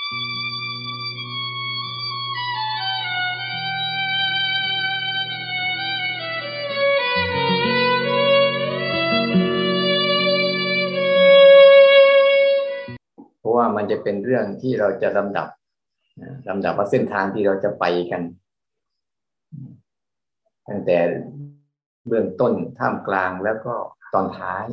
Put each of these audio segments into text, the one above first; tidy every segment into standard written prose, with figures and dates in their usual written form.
เพราะว่ามันจะเป็นเรื่องที่เราจะลำดับว่าเส้นทางที่เราจะไปกันตั้งแต่เบื้องต้นท่ามกลางแล้วก็ตอนท้าย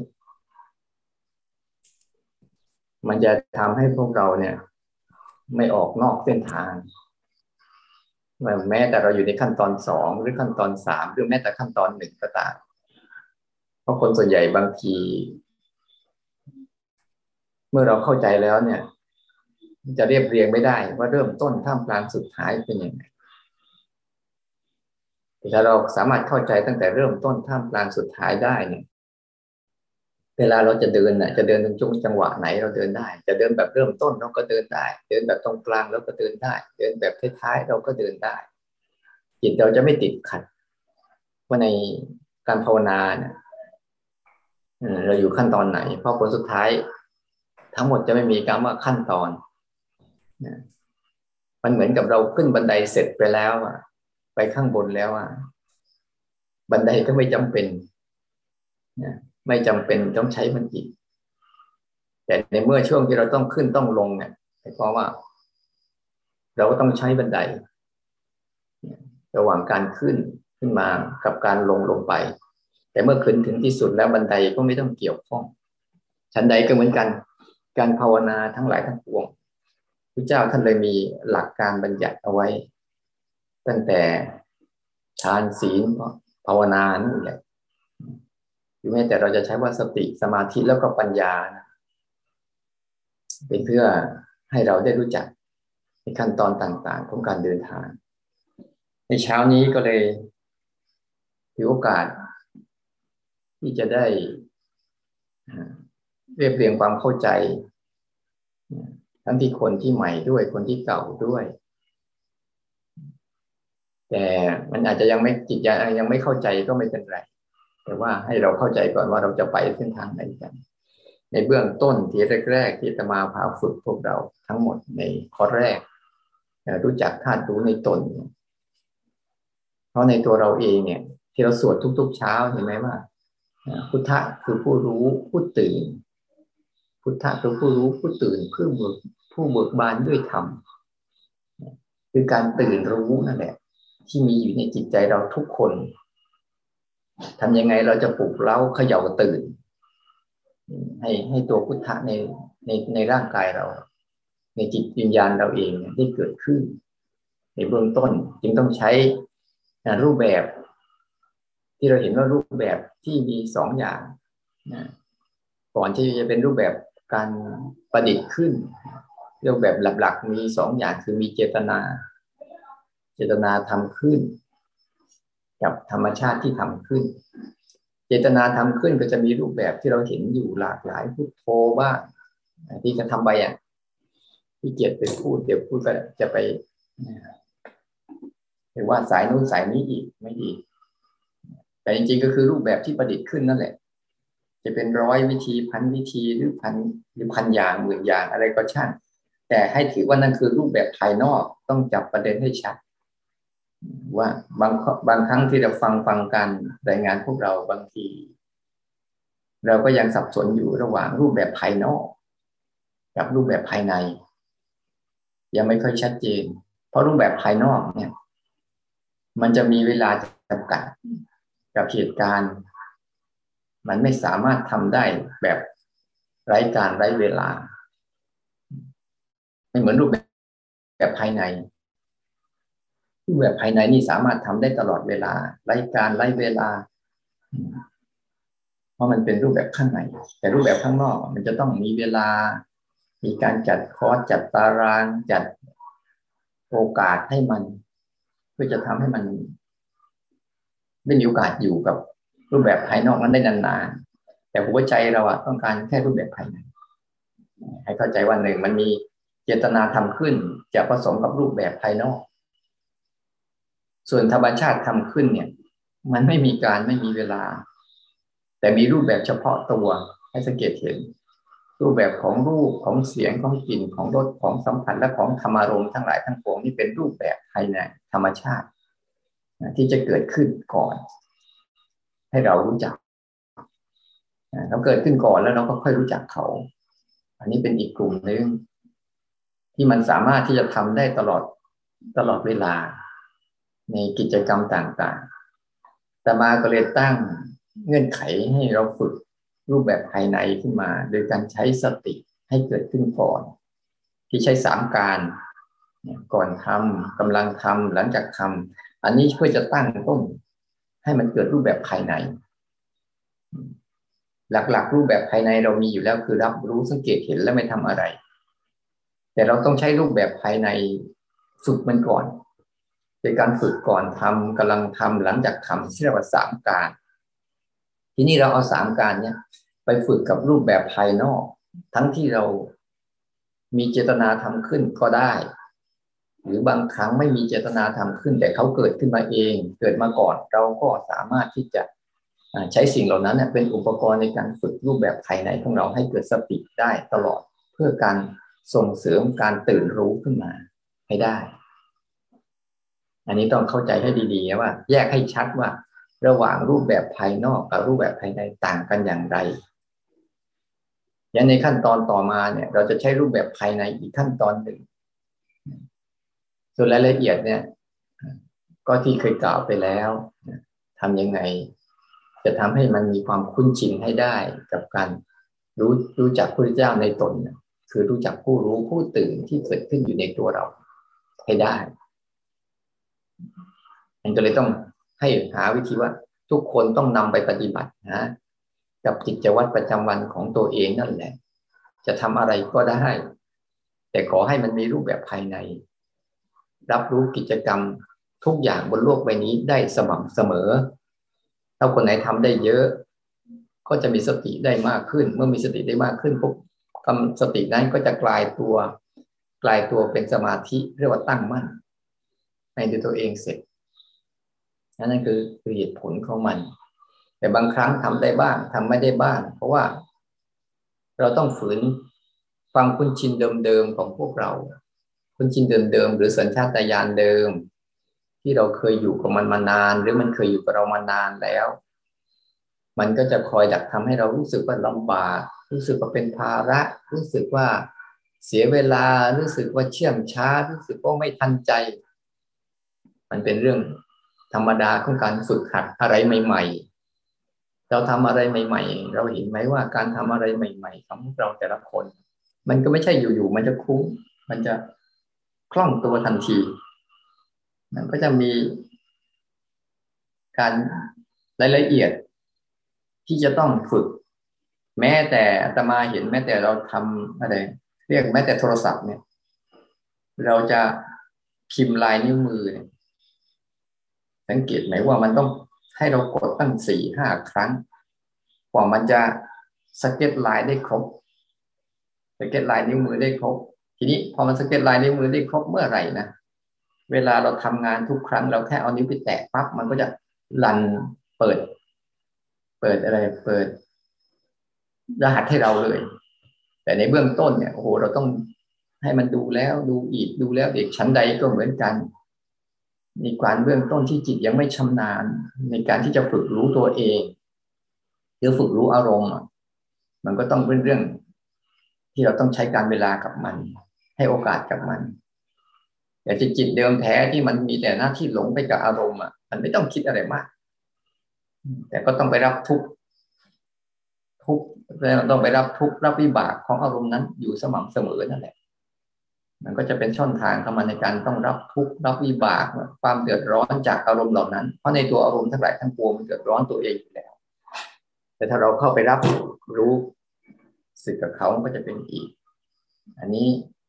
มันจะทำให้พวกเราเนี่ยไม่ออกนอกเส้นทางแม้แต่เราอยู่ในขั้นตอน2หรือขั้นตอน3หรือแม้แต่ขั้นตอน1ก็ตามเพราะคนส่วนใหญ่บางทีเมื่อเราเข้าใจแล้วเนี่ยจะเรียบเรียงไม่ได้ว่าเริ่มต้นท่ามกลางสุดท้ายเป็นยังไงแต่ถ้าเราสามารถเข้าใจตั้งแต่เริ่มต้นท่ามกลางสุดท้ายได้เนี่ยเวลาเราจะเดินน่ะจะเดินในช่วงจังหวะไหนเราเดินได้จะเดินแบบเริ่มต้นเราก็เดินได้เดินแบบตรงกลางเราก็เดินได้เดินแบบท้ายๆเราก็เดินได้จิตเราจะไม่ติดขัดว่าในการภาวนาเนี่ยเราอยู่ขั้นตอนไหนเพราะผลสุดท้ายทั้งหมดจะไม่มีคำว่าขั้นตอนมันเหมือนกับเราขึ้นบันไดเสร็จไปแล้วไปข้างบนแล้วบันไดก็ไม่จำเป็นไม่จำเป็นต้องใช้มันอีกแต่ในเมื่อช่วงที่เราต้องขึ้นต้องลงเนี่ยเพราะว่าเราก็ต้องใช้บันไดระหว่างการขึ้นมากับการลงไปแต่เมื่อขึ้นถึงที่สุดแล้วบันไดก็ไม่ต้องเกี่ยวข้องชั้นใดก็เหมือนกันการภาวนาทั้งหลายทั้งปวงพระเจ้าท่านเลยมีหลักการบัญญัติเอาไว้ตั้งแต่ฌานศีลภาวนานั่นแหละหรือแม้แต่เราจะใช้ว่าสติสมาธิแล้วก็ปัญญาเป็นเพื่อให้เราได้รู้จักในขั้นตอนต่างๆของการเดินทางในเช้านี้ก็เลยถือโอกาสที่จะได้เรียบเรียงความเข้าใจทั้งที่คนที่ใหม่ด้วยคนที่เก่าด้วยแต่มันอาจจะยังไม่จิตยังไม่เข้าใจก็ไม่เป็นไรแต่ว่าให้เราเข้าใจก่อนว่าเราจะไปเส้นทางไหนกันในเบื้องต้นที่แรกๆที่อาตมาพาฝึกพวกเราทั้งหมดในข้อแรกรู้จักธาตุรู้ในตนเพราะในตัวเราเองเนี่ยที่เราสวดทุกๆเช้าเห็นไหมว่าพุทธะคือผู้รู้ผู้ตื่นพุทธะคือผู้รู้ผู้ตื่นผู้เบิกบานด้วยธรรมคือการตื่นรู้นั่นแหละที่มีอยู่ในจิตใจเราทุกคนทำยังไงเราจะปลุกเร้าเขย่าตื่นให้ตัวพุทธะในร่างกายเราในจิตวิญญาณเราเองได้เกิดขึ้นในเบื้องต้นจึงต้องใช้รูปแบบที่เราเห็นว่ารูปแบบที่มี2อย่างก่อนที่จะเป็นรูปแบบการประดิษฐ์ขึ้นรูปแบบหลักๆมี2อย่างคือมีเจตนาทำขึ้นกับธรรมชาติที่ทำขึ้นเจตนาทำขึ้นก็จะมีรูปแบบที่เราเห็นอยู่หลากหลายพุทโธบ้างที่จะทำไปที่เกียรติไปพูดเดี๋ยวพูดก็จะไปหรือว่าสายนู้นสายนี้อีกไม่ดีแต่จริงๆก็คือรูปแบบที่ประดิษฐ์ขึ้นนั่นแหละจะเป็น100 วิธีพันวิธีหรือพันอย่างหมื่นอย่างอะไรก็ช่างแต่ให้ถือว่านั่นคือรูปแบบภายนอกต้องจับประเด็นให้ชัดว่าบางครั้งที่เราฟังการรายงานพวกเราบางทีเราก็ยังสับสนอยู่ระหว่างรูปแบบภายนอกกับรูปแบบภายในยังไม่ค่อยชัดเจนเพราะรูปแบบภายนอกเนี่ยมันจะมีเวลาจำกัดกับเหตุการณ์มันไม่สามารถทำได้แบบไร้การไร้เวลาไม่เหมือนรูปแบบภายในรูปแบบภายในนี่สามารถทำได้ตลอดเวลาไร้การไร้เวลาเพราะมันเป็นรูปแบบข้างในแต่รูปแบบข้างนอกมันจะต้องมีเวลามีการจัดคอร์สจัดตารางจัดโอกาสให้มันเพื่อจะทำให้มันได้มีโอกาสอยู่กับรูปแบบภายนอกนั้นได้นานๆแต่หัวใจเราต้องการแค่รูปแบบภายในให้เข้าใจว่า1มันมีเจตนาทำขึ้นจะผสมกับรูปแบบภายนอกส่วนธรรมชาติทำขึ้นเนี่ยมันไม่มีการไม่มีเวลาแต่มีรูปแบบเฉพาะตัวให้สังเกตเห็นรูปแบบของรูปของเสียงของกลิ่นของรสของสัมผัสและของธรรมารมณ์ทั้งหลายทั้งปวงนี่เป็นรูปแบบภายในธรรมชาติที่จะเกิดขึ้นก่อนให้เรารู้จักเขาเกิดขึ้นก่อนแล้วเราก็ค่อยรู้จักเขาอันนี้เป็นอีกกลุ่มหนึ่งที่มันสามารถที่จะทำได้ตลอดเวลาในกิจกรรมต่างๆแต่มาก็เลยตั้งเงื่อนไขให้เราฝึกรูปแบบภายในขึ้นมาโดยการใช้สติให้เกิดขึ้นก่อนที่ใช้สามการก่อนทำกำลังทำหลังจากทำอันนี้เพื่อจะตั้งต้นให้มันเกิดรูปแบบภายในหลักๆรูปแบบภายในเรามีอยู่แล้วคือรับรู้สังเกตเห็นและไม่ทำอะไรแต่เราต้องใช้รูปแบบภายในฝึกมันก่อนโดยการฝึกก่อนทำกำลังทำหลังจากทำที่เรียกว่าสามการทีนี้เราเอาสามการเนี่ยไปฝึกกับรูปแบบภายนอกทั้งที่เรามีเจตนาทำขึ้นก็ได้หรือบางครั้งไม่มีเจตนาทำขึ้นแต่เขาเกิดขึ้นมาเองเกิดมาก่อนเราก็สามารถที่จะใช้สิ่งเหล่านั้นเป็นอุปกรณ์ในการฝึกรูปแบบภายในของเราให้เกิดสติได้ตลอดเพื่อการส่งเสริมการตื่นรู้ขึ้นมาให้ได้อันนี้ต้องเข้าใจให้ดีๆว่าแยกให้ชัดว่าระหว่างรูปแบบภายนอกกับรูปแบบภายในต่างกันอย่างไรอย่างในขั้นตอนต่อมาเนี่ยเราจะใช้รูปแบบภายในอีกขั้นตอนหนึ่งส่วนรายละเอียดเนี่ยก็ที่เคยกล่าวไปแล้วทำยังไงจะทำให้มันมีความคุ้นชินให้ได้กับการรู้จักพระเจ้าในตนคือรู้จักผู้รู้ผู้ตื่นที่เกิดขึ้นอยู่ในตัวเราให้ได้มันก็เลยต้องให้หาวิธีว่าทุกคนต้องนำไปปฏิบัตินะกับกิจวัตรประจำวันของตัวเองนั่นแหละจะทำอะไรก็ได้แต่ขอให้มันมีรูปแบบภายในรับรู้กิจกรรมทุกอย่างบนโลกใบนี้ได้สม่ำเสมอถ้าคนไหนทำได้เยอะก็จะมีสติได้มากขึ้นเมื่อมีสติได้มากขึ้นปุ๊บสตินั้นก็จะกลายตัวเป็นสมาธิเรียกว่าตั้งมั่นในตัวเองเสร็จนั่นคือเหตุผลของมันแต่บางครั้งทำได้บ้างทำไม่ได้บ้างเพราะว่าเราต้องฝืนความคุ้นชินเดิมๆของพวกเราคุ้นชินเดิมๆหรือสัญชาตญาณเดิมที่เราเคยอยู่กับมันมานานหรือมันเคยอยู่กับเรามานานแล้วมันก็จะคอยดักทำให้เรารู้สึกว่าลำบากรู้สึกว่าเป็นภาระรู้สึกว่าเสียเวลารู้สึกว่าเชื่องช้ารู้สึกว่าไม่ทันใจมันเป็นเรื่องธรรมดาของการฝึกหัดอะไรใหม่ๆเราทำอะไรใหม่ๆเราเห็นไหมว่าการทำอะไรใหม่ๆของเราแต่ละคนมันก็ไม่ใช่อยู่ๆมันจะคุ้มมันจะคล่องตัวทันทีมันก็จะมีการรายละเอียดที่จะต้องฝึกแม้แต่อาตมาเห็นแม้แต่เราทำอะไรเรียกแม้แต่โทรศัพท์เนี่ยเราจะพิมพ์ลายนิ้วมือเนี่ยสังเกตไหมว่ามันต้องให้เรากดตั้ง4-5 ครั้งกว่ามันจะสเก็ตลายได้ครบสเก็ตลายนิ้วมือได้ครบทีนี้พอมันสเก็ตลายนิ้วมือได้ครบเมื่อไหร่นะเวลาเราทำงานทุกครั้งเราแค่เอานิ้วไปแตะปั๊บมันก็จะรันเปิดอะไรเปิดรหัสให้เราเลยแต่ในเบื้องต้นเนี่ยโอ้โหเราต้องให้มันดูแล้วดูอีกดูแล้วเด็กชั้นใดก็เหมือนกันมีการเบื้องต้นที่จิตยังไม่ชำนาญในการที่จะฝึกรู้ตัวเองหรือฝึกรู้อารมณ์มันก็ต้องเป็นเรื่องที่เราต้องใช้การเวลากับมันให้โอกาสกับมันแต่จิตเดิมแท้ที่มันมีแต่หน้าที่หลงไปกับอารมณ์มันไม่ต้องคิดอะไรมากแต่ก็ต้องไปรับทุกต้องไปรับทุกรับวิบากของอารมณ์นั้นอยู่สม่ำเสมอนั่นแหละมันก็จะเป็นช่องทางเข้ามาในการต้องรับทุกรับวิบากความเดือดร้อนจากอารมณ์เหล่านั้นเพราะในตัวอารมณ์ทั้งหลายทั้งปวงมันเดือดร้อนตัวเองอยู่แล้วแต่ถ้าเราเข้าไปรับรู้สึกกับเขาก็จะเป็นอีกอันนี้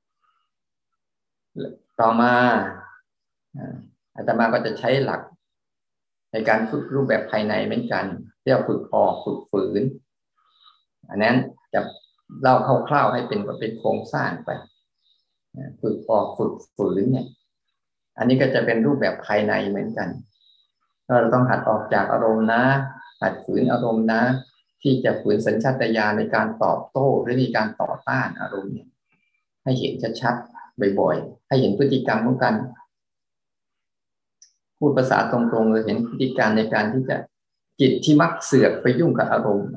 ต่อมาอาตมาก็จะใช้หลักในการฝึกรูปแบบภายในเหมือนกันที่เราฝึกออกฝึกฝืนอันนั้นจะเล่าคร่าวๆให้เป็นโครงสร้างไปฝึกออกฝึกฝืนเนี่ยอันนี้ก็จะเป็นรูปแบบภายในเหมือนกันเราต้องหัดออกจากอารมณ์นะหัดฝืนอารมณ์นะที่จะฝืนสัญชาตญาณในการตอบโต้หรือในการต่อต้านอารมณ์เนี่ยให้เห็นชัดๆบ่อยๆให้เห็นพฤติกรรมของกันพูดภาษาตรงๆเลยเห็นพฤติการในการที่จะจิตที่มักเสือกไปยุ่งกับอารมณ์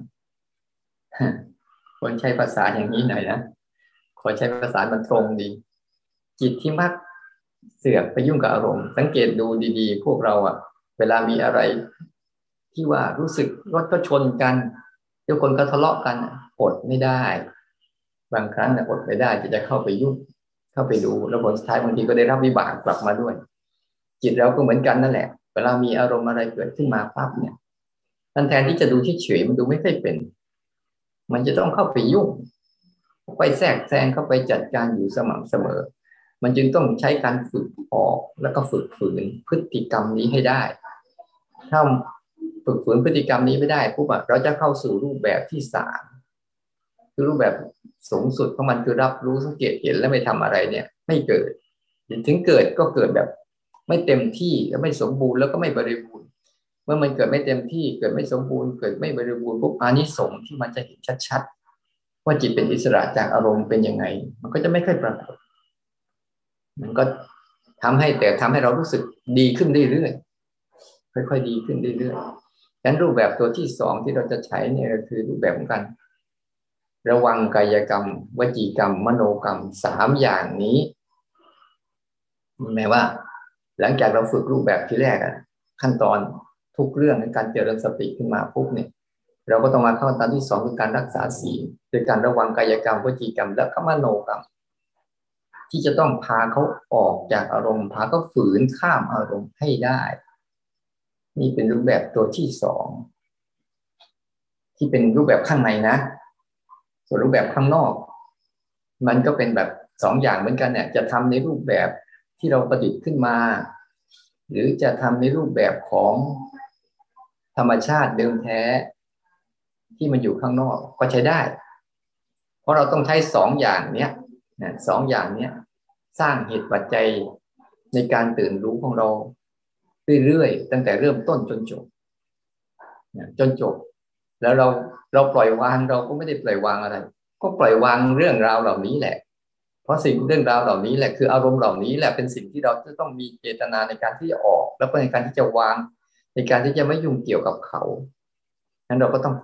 ควรใช้ภาษาอย่างนี้หน่อยนะขอใช้ภาษามันตรงดีจิตที่มักเสือกไปยุ่งกับอารมณ์สังเกตดูดีๆพวกเราอ่ะเวลามีอะไรที่ว่ารู้สึกรถก็ชนกันทุกคนก็ทะเลาะกันอดไม่ได้บางครั้งอดไม่ได้จะเข้าไปยุ่งเข้าไปดูแล้วผลสุดท้ายบางทีก็ได้รับวิบากกลับมาด้วยจิตเราก็เหมือนกันนั่นแหละเวลามีอารมณ์อะไรเกิดขึ้นมาปั๊บเนี่ยแทนที่จะดูเฉยๆมันดูไม่ค่อยเป็นมันจะต้องเข้าไปยุ่งไปแทรกแซงเข้าไปจัดการอยู่สม่ำเสมอมันจึงต้องใช้การฝึกออกแล้วก็ฝึกฝืนพฤติกรรมนี้ให้ได้ถ้าฝึกฝืนพฤติกรรมนี้ไม่ได้ปุ๊บเราจะเข้าสู่รูปแบบที่สามคือรูปแบบสูงสุดของมันคือรับรู้สังเกตเห็นแล้วไม่ทำอะไรเนี่ยไม่เกิดถึงเกิดก็เกิดแบบไม่เต็มที่แล้วไม่สมบูรณ์แล้วก็ไม่บริบูรณ์เมื่อมันเกิดไม่เต็มที่เกิดไม่สมบูรณ์เกิดไม่บริบูรณ์ปุ๊บอานิสงส์ที่มันจะเห็นชัดๆว่าจิตเป็นอิสระจากอารมณ์เป็นยังไงมันก็จะไม่ค่อยปรากฏมันก็ทำให้เรารู้สึกดีขึ้นเรื่อยๆค่อยๆดีขึ้นเรื่อยๆฉะนั้นรูปแบบตัวที่สองที่เราจะใช้เนี่ยคือรูปแบบของการระวังกายกรรมวจีกรรมมโนกรรมสามอย่างนี้หมายว่าหลังจากเราฝึกรูปแบบที่แรกขั้นตอนทุกเรื่องในการเจริญสติขึ้นมาปุ๊บเนี่ยเราก็ต้องมาเข้าตอนที่สองคือการรักษาศีลโดยการระวังกายกรรมวจีกรรมและก็มโนกรรมที่จะต้องพาเขาออกจากอารมณ์พาเขาฝืนข้ามอารมณ์ให้ได้นี่เป็นรูปแบบตัวที่สองที่เป็นรูปแบบข้างในนะส่วนรูปแบบข้างนอกมันก็เป็นแบบสองอย่างเหมือนกันเนี่ยจะทำในรูปแบบที่เราประดิษฐ์ขึ้นมาหรือจะทำในรูปแบบของธรรมชาติเดิมแท้ที่มันอยู่ข้างนอกก็ใช้ได้เพราะเราต้องใช้สองอย่างเนี้ยสองอย่างเนี้ยสร้างเหตุปัจจัยในการตื่นรู้ของเราเรื่อยๆตั้งแต่เริ่มต้นจนจบแล้วเราปล่อยวางเราก็ไม่ได้ปล่อยวางอะไรก็ปล่อยวางเรื่องราวเหล่านี้แหละเพราะสิ่งเรื่องราวเหล่านี้แหละคืออารมณ์เหล่านี้แหละเป็นสิ่งที่เราจะต้องมีเจตนาในการที่จะออกแล้วก็ในการที่จะวางในการที่จะไม่ยุ่งเกี่ยวกับเขานั้นเราก็ต้อง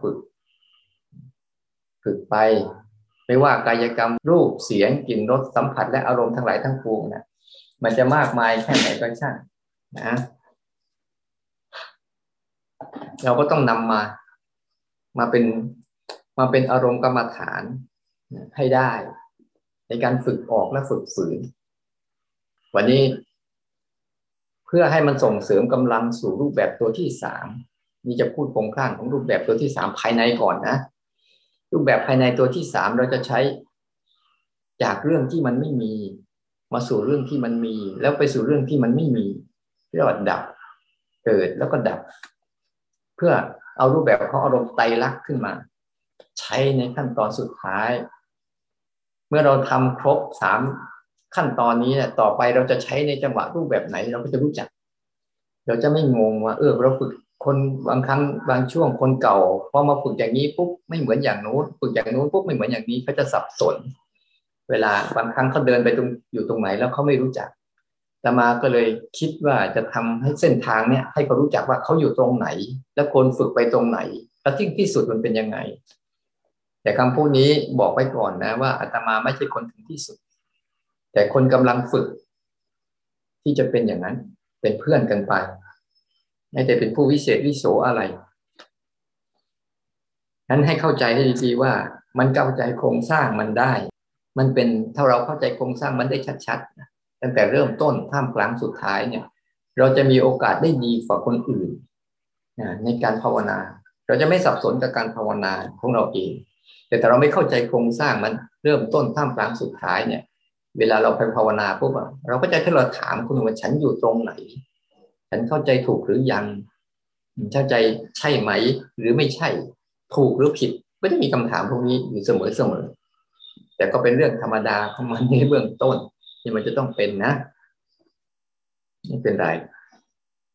ฝึกไปไม่ว่ากายกรรมรูปเสียงกลิ่นรสสัมผัสและอารมณ์ทั้งหลายทั้งปวงนะมันจะมากมายแค่ไหนก็ช่างนะเราก็ต้องนำมาเป็นอารมณ์กรรมฐานให้ได้ในการฝึกออกและฝึกฝืนวันนี้เพื่อให้มันส่งเสริมกำลังสู่รูปแบบตัวที่สามนี่จะพูดโครงสร้างของรูปแบบตัวที่สามภายในก่อนนะรูปแบบภายในตัวที่สามเราจะใช้จากเรื่องที่มันไม่มีมาสู่เรื่องที่มันมีแล้วไปสู่เรื่องที่มันไม่มีเรียกว่าดับเกิดแล้วก็ดับเพื่อเอารูปแบบของอารมณ์ไตรลักษณ์ขึ้นมาใช้ในขั้นตอนสุดท้ายเมื่อเราทำครบสามขั้นตอนนี้เนี่ยต่อไปเราจะใช้ในจังหวะรูปแบบไหนเราก็จะรู้จักเราจะไม่งงว่าเราฝึกคนบางครั้งบางช่วงคนเก่าพอมาฝึกอย่างนี้ปุ๊บไม่เหมือนอย่างนู้นฝึกอย่างนู้นปุ๊บไม่เหมือนอย่างนี้เขาจะสับสนเวลาบางครั้งเขาเดินไปอยู่ตรงไหนแล้วเขาไม่รู้จักอาตมาก็เลยคิดว่าจะทำให้เส้นทางเนี่ยให้เขารู้จักว่าเขาอยู่ตรงไหนแล้วควรฝึกไปตรงไหนแล้วที่สุดมันเป็นยังไงแต่คำพูดนี้บอกไว้ก่อนนะว่าอาตมาไม่ใช่คนถึงที่สุดแต่คนกำลังฝึกที่จะเป็นอย่างนั้นเป็นเพื่อนกันไปไม่ได้เป็นผู้วิเศษวิโสอะไรนั้นให้เข้าใจให้ดีๆว่ามันเข้าใจโครงสร้างมันได้มันเป็นถ้าเราเข้าใจโครงสร้างมันได้ชัดๆตั้งแต่เริ่มต้นท่ามกลางสุดท้ายเนี่ยเราจะมีโอกาสได้ดีกว่าคนอื่นในการภาวนาเราจะไม่สับสนกับการภาวนาของเราเองแต่ถ้าเราไม่เข้าใจโครงสร้างมันเริ่มต้นท่ามกลางสุดท้ายเนี่ยเวลาเราไปภาวนาปุ๊บเราก็จะให้เราถามคุณว่าฉันอยู่ตรงไหนฉันเข้าใจถูกหรือยังเข้าใจใช่ไหมหรือไม่ใช่ถูกหรือผิดก็จะมีคำถามพวกนี้อยู่เสมอแต่ก็เป็นเรื่องธรรมดาของมันในเบื้องต้นที่มันจะต้องเป็นนะไม่เป็นไร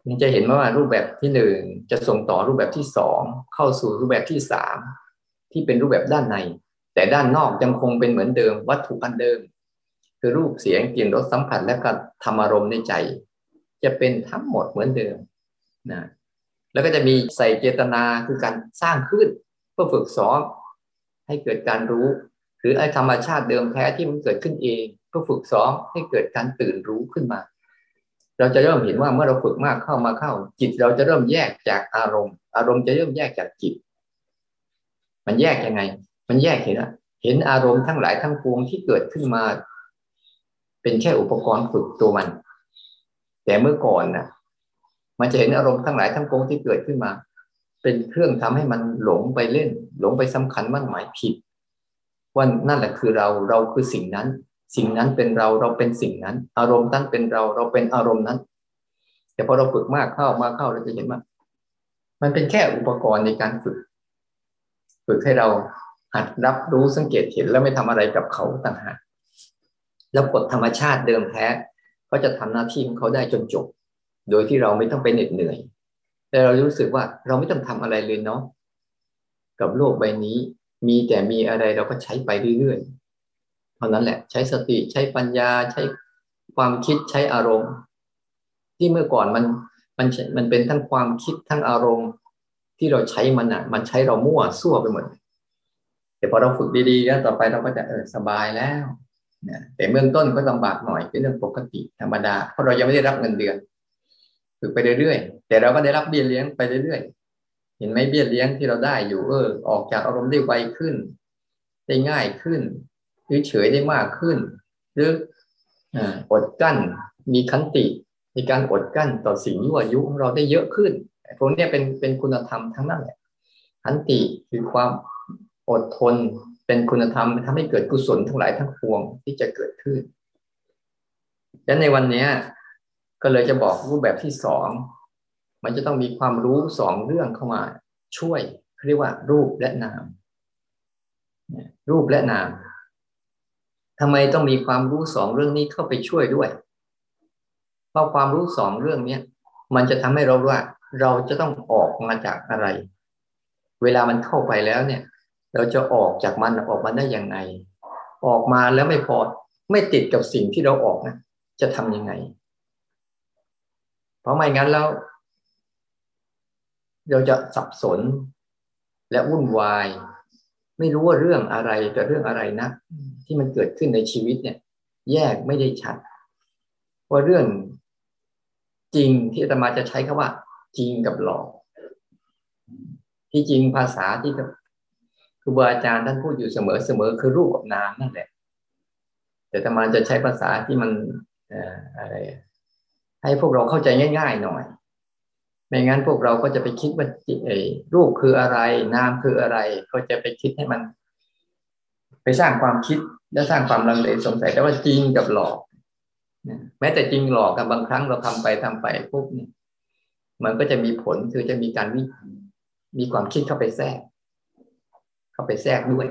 ยังจะเห็นว่ารูปแบบที่หนึ่งจะส่งต่อรูปแบบที่สองเข้าสู่รูปแบบที่สามที่เป็นรูปแบบด้านในแต่ด้านนอกยังคงเป็นเหมือนเดิมวัตถุอันเดิมคือรูปเสียงกลิ่นรสสัมผัสและก็ธรรมารมณ์ในใจจะเป็นทั้งหมดเหมือนเดิมนะแล้วก็จะมีใส่เจตนาคือการสร้างขึ้นเพื่อฝึกซ้อมให้เกิดการรู้หรือไอ้ธรรมชาติเดิมแท้ที่มันเกิดขึ้นเองเพื่อฝึกซ้อมให้เกิดการตื่นรู้ขึ้นมาเราจะเริ่มเห็นว่าเมื่อเราฝึกมากเข้ามาเข้าจิตเราจะเริ่มแยกจากอารมณ์อารมณ์จะเริ่มแยกจากจิตมันแยกยังไงมันแยกเห็นอารมณ์ทั้งหลายทั้งปวงที่เกิดขึ้นมาเป็นแค่อุปกรณ์ฝึกตัวมันแต่เมื่อก่อนนะมันจะเห็นอารมณ์ทั้งหลายทั้งปวงที่เกิดขึ้นมาเป็นเครื่องทำให้มันหลงไปเล่นหลงไปสำคัญมั่นหมายผิดว่านั่นแหละคือเราคือสิ่งนั้นสิ่งนั้นเป็นเราเป็นสิ่งนั้นอารมณ์นั้นเป็นเราเป็นอารมณ์นั้นแต่พอเราฝึกมากเข้าเราจะเห็นว่ามันเป็นแค่อุปกรณ์ในการฝึกให้เราหัดรับรู้สังเกตเห็นแล้วไม่ทำอะไรกับเขาต่างหากแล้วกฎธรรมชาติเดิมแท้เขาจะทำหน้าที่ของเขาได้จนจบโดยที่เราไม่ต้องไปเหน็ดเหนื่อยแต่เรารู้สึกว่าเราไม่ต้องทำอะไรเลยเนาะกับโลกใบนี้มีแต่มีอะไรเราก็ใช้ไปเรื่อยๆเท่านั้นแหละใช้สติใช้ปัญญาใช้ความคิดใช้อารมณ์ที่เมื่อก่อนมันเป็นทั้งความคิดทั้งอารมณ์ที่เราใช้มันใช้เรามั่วซั่วไปหมดแต่พอเราฝึกดีๆแล้วต่อไปเราก็จะสบายแล้วนะแต่เบื้องต้นก็ลำบากหน่อยเป็นเรื่องปกติธรรมดาเพราะเรายังไม่ได้รับเงินเดือนฝึกไปเรื่อยๆแต่เราก็ได้รับเบี้ยเลี้ยงไปเรื่อยๆเห็นไหมเบี้ยเลี้ยงที่เราได้อยู่ออกจากอารมณ์ได้ไวขึ้นได้ง่ายขึ้นหรือเฉยได้มากขึ้นหรืออดกั้นมีขันติในการอดกั้นต่อสิ่งยั่วยุของเราได้เยอะขึ้นพวกนี้เป็นคุณธรรมทั้งนั้นแหละขันติคือความอดทนเป็นคุณธรรมทำให้เกิดกุศลทั้งหลายทั้งปวงที่จะเกิดขึ้นและในวันนี้ก็เลยจะบอกรูปแบบที่สองมันจะต้องมีความรู้สองเรื่องเข้ามาช่วยเรียกว่ารูปและนามรูปและนามทำไมต้องมีความรู้สองเรื่องนี้เข้าไปช่วยด้วยเพราะความรู้สองเรื่องนี้มันจะทำให้เรารู้ว่าเราจะต้องออกมาจากอะไรเวลามันเข้าไปแล้วเนี่ยเราจะออกจากมันออกมาได้ยังไงออกมาแล้วไม่พอไม่ติดกับสิ่งที่เราออกนะจะทำยังไงเพราะไม่งั้นแล้วเราจะสับสนและวุ่นวายไม่รู้ว่าเรื่องอะไรแต่เรื่องอะไรนะที่มันเกิดขึ้นในชีวิตเนี่ยแยกไม่ได้ชัดว่าเรื่องจริงที่อาตมาจะใช้คำว่าจริงกับหลอกที่จริงภาษาที่ครูบาอาจารย์ท่านพูดอยู่เสมอคือรูปกับนามนั่นแหละแต่อาตมาจะใช้ภาษาที่มันอะไรให้พวกเราเข้าใจง่ายๆหน่อยไม่งั้นพวกเราก็จะไปคิดว่ารูปคืออะไรนามคืออะไรก็จะไปคิดให้มันไปสร้างความคิดและสร้างความลังเลสงสัยแต่ว่าจริงกับหลอกแม้แต่จริงหลอกกับบางครั้งเราทำไปปุ๊บเนี่ยมันก็จะมีผลคือจะมีการมีความคิดเข้าไปแทรกด้วย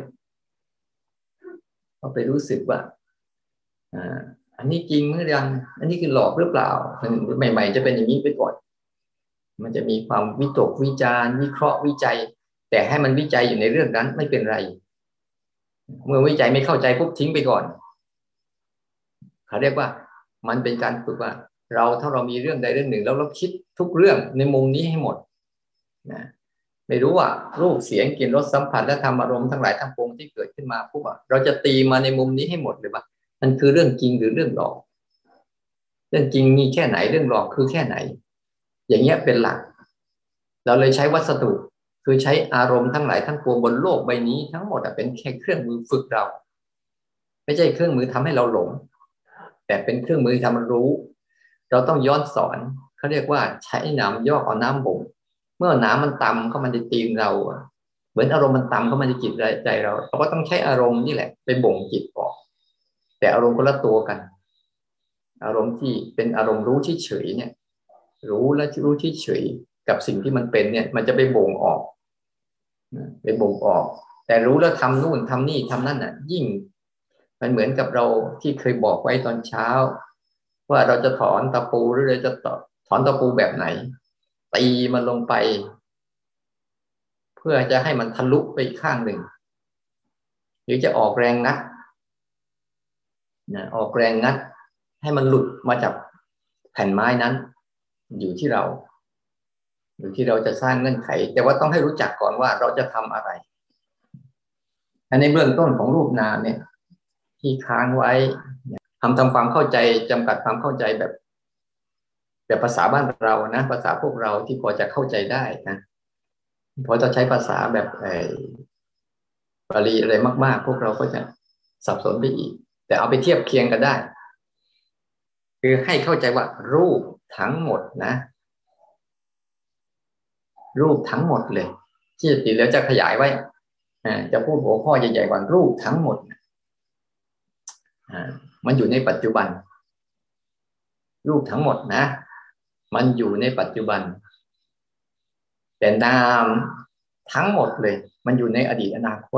เข้าไปรู้สึกว่าอันนี้จริงเมื่อยังอันนี้คือหลอกหรือเปล่าใหม่ๆจะเป็นอย่างนี้ไปก่อนมันจะมีความวิตกวิจารวิเคราะห์วิจัยแต่ให้มันวิจัยอยู่ในเรื่องนั้นไม่เป็นไรเมื่อวิจัยไม่เข้าใจปุ๊บทิ้งไปก่อนเขาเรียกว่ามันเป็นการฝึกว่าถ้าเรามีเรื่องใดเรื่องหนึ่งแล้วเราคิดทุกเรื่องในมุมนี้ให้หมดนะไม่รู้ว่ารูปเสียงกลิ่นรสสัมผัสและธรรมอารมณ์ทั้งหลายทั้งปวงที่เกิดขึ้นมาปุ๊บเราจะตีมาในมุมนี้ให้หมดเลยว่ามันคือเรื่องจริงหรือเรื่องหลอกเรื่องจริงมีแค่ไหนเรื่องหลอกคือแค่ไหนอย่างเงี้ยเป็นหลักเราเลยใช้วัสดุคือใช้อารมณ์ทั้งหลายทั้งปวงบนโลกใบนี้ทั้งหมดเป็นแค่เครื่องมือฝึกเราไม่ใช่เครื่องมือทำให้เราหลงแต่เป็นเครื่องมือทำให้รู้เราต้องย้อนสอนเขาเรียกว่าใช้น้ำยอกเอาน้ำบ่งเมื่อน้ำมันต่ำเข้ามาในตีนเราเหมือนอารมณ์มันต่ำเข้ามาในจิตใจเราก็ต้องใช้อารมณ์นี่แหละไปบ่งจิตออกแต่อารมณ์คนละตัวกันอารมณ์ที่เป็นอารมณ์รู้เฉยๆเนี่ยรู้และรู้เฉยๆกับสิ่งที่มันเป็นเนี่ยมันจะไปบ่งออกแต่รู้แล้วทำนู่นทำนี่ทำนั่นยิ่งมันเหมือนกับเราที่เคยบอกไว้ตอนเช้าว่าเราจะถอนตะปูหรือเราจะถอนตะปูแบบไหนตีมันลงไปเพื่อจะให้มันทะลุไปอีกข้างหนึ่งหรือจะออกแรงงัดออกแรงงัดให้มันหลุดมาจากแผ่นไม้นั้นอยู่ที่เราจะสร้างเงื่อนไขแต่ว่าต้องให้รู้จักก่อนว่าเราจะทำอะไรอันในเบื้องต้นของรูปนามเนี่ยที่ค้างไว้ทำความเข้าใจจำกัดความเข้าใจแบบภาษาบ้านเรานะภาษาพวกเราที่พอจะเข้าใจได้นะพอจะใช้ภาษาแบบบาลีอะไรมากๆพวกเราก็จะสับสนไปอีกแต่เอาไปเทียบเคียงกันได้คือให้เข้าใจว่ารูปทั้งหมดนะรูปทั้งหมดเลยที่ติดแล้วจะขยายไว้จะพูดหัวข้อใหญ่ๆกว่ารูปทั้งหมดมันอยู่ในปัจจุบันรูปทั้งหมดนะมันอยู่ในปัจจุบันแต่นามทั้งหมดเลยมันอยู่ในอดีตอนาคต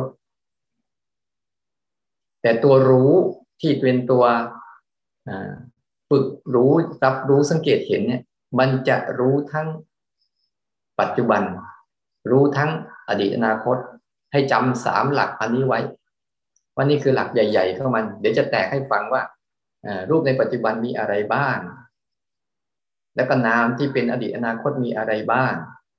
แต่ตัวรู้ที่เป็นตัวฝึกรู้รับรู้สังเกตเห็นเนี่ยมันจะรู้ทั้งปัจจุบันรู้ทั้งอดีตอนาคตให้จำ3หลักอันนี้ไว้ว่านี่คือหลักใหญ่ๆของมันเดี๋ยวจะแตกให้ฟังว่ารูปในปัจจุบันมีอะไรบ้างแล้วก็นามที่เป็นอดีตอนาคตมีอะไรบ้าง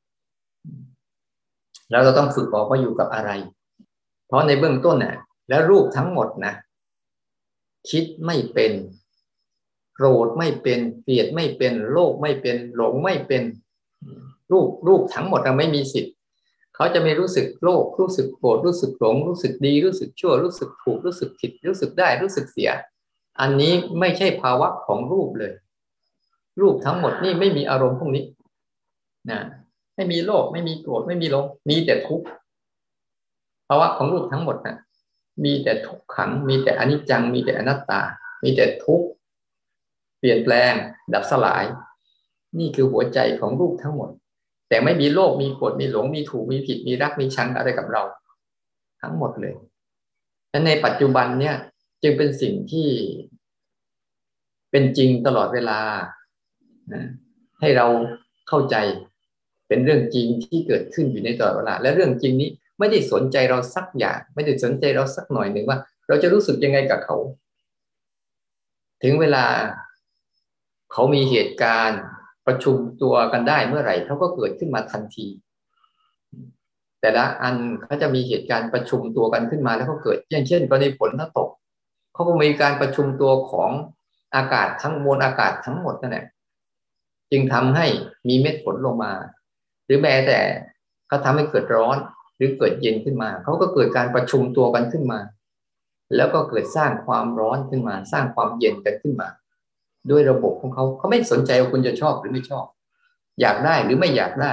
แล้วเราต้องฝึกออกว่าอยู่กับอะไรเพราะในเบื้องต้นเนี่ยแล้วรูปทั้งหมดนะคิดไม่เป็นโกรธไม่เป็นเกลียดไม่เป็นโลภไม่เป็นหลงไม่เป็นรูปทั้งหมดเราไม่มีสิทธิ์เขาจะไม่รู้สึกโลภรู้สึกโกรธรู้สึกหลงรู้สึกดีรู้สึกชั่วรู้สึกถูกรู้สึกผิดรู้สึกได้รู้สึกเสียอันนี้ไม่ใช่ภาวะของรูปเลยรูปทั้งหมดนี่ไม่มีอารมณ์พวกนี้นะไม่มีโลภไม่มีโกรธไม่มีหลงมีแต่ทุกข์ภาวะของรูปทั้งหมดนะมีแต่ทุกขังมีแต่อนิจจังมีแต่อนัตตามีแต่ทุกข์เปลี่ยนแปลงดับสลายนี่คือหัวใจของรูปทั้งหมดแต่ไม่มีโลภมีโกรธมีหลงมีถูกมีผิดมีรักมีชังอะไรกับเราทั้งหมดเลยและในปัจจุบันเนี่ยจึงเป็นสิ่งที่เป็นจริงตลอดเวลาให้เราเข้าใจเป็นเรื่องจริงที่เกิดขึ้นอยู่ในตลอดเวลาและเรื่องจริงนี้ไม่ได้สนใจเราสักอย่างไม่ได้สนใจเราสักหน่อยหนึ่งว่าเราจะรู้สึกยังไงกับเขาถึงเวลาเขามีเหตุการณ์ประชุมตัวกันได้เมื่อไหร่เขาก็เกิดขึ้นมาทันทีแต่ละอันเขาจะมีเหตุการณ์ประชุมตัวกันขึ้นมาแล้วก็เกิดอย่างเช่นกรณีฝนถ้าตกเขาก็มีการประชุมตัวของอากาศทั้งมวลอากาศทั้งหมดนั่นแหละจึงทำให้มีเม็ดฝนลงมาหรือแม้แต่เขาทำให้เกิดร้อนหรือเกิดเย็นขึ้นมาเขาก็เกิดการประชุมตัวกันขึ้นมาแล้วก็เกิดสร้างความร้อนขึ้นมาสร้างความเย็นกันขึ้นมาด้วยระบบของเขาเขาไม่สนใจว่าคุณจะชอบหรือไม่ชอบอยากได้หรือไม่อยากได้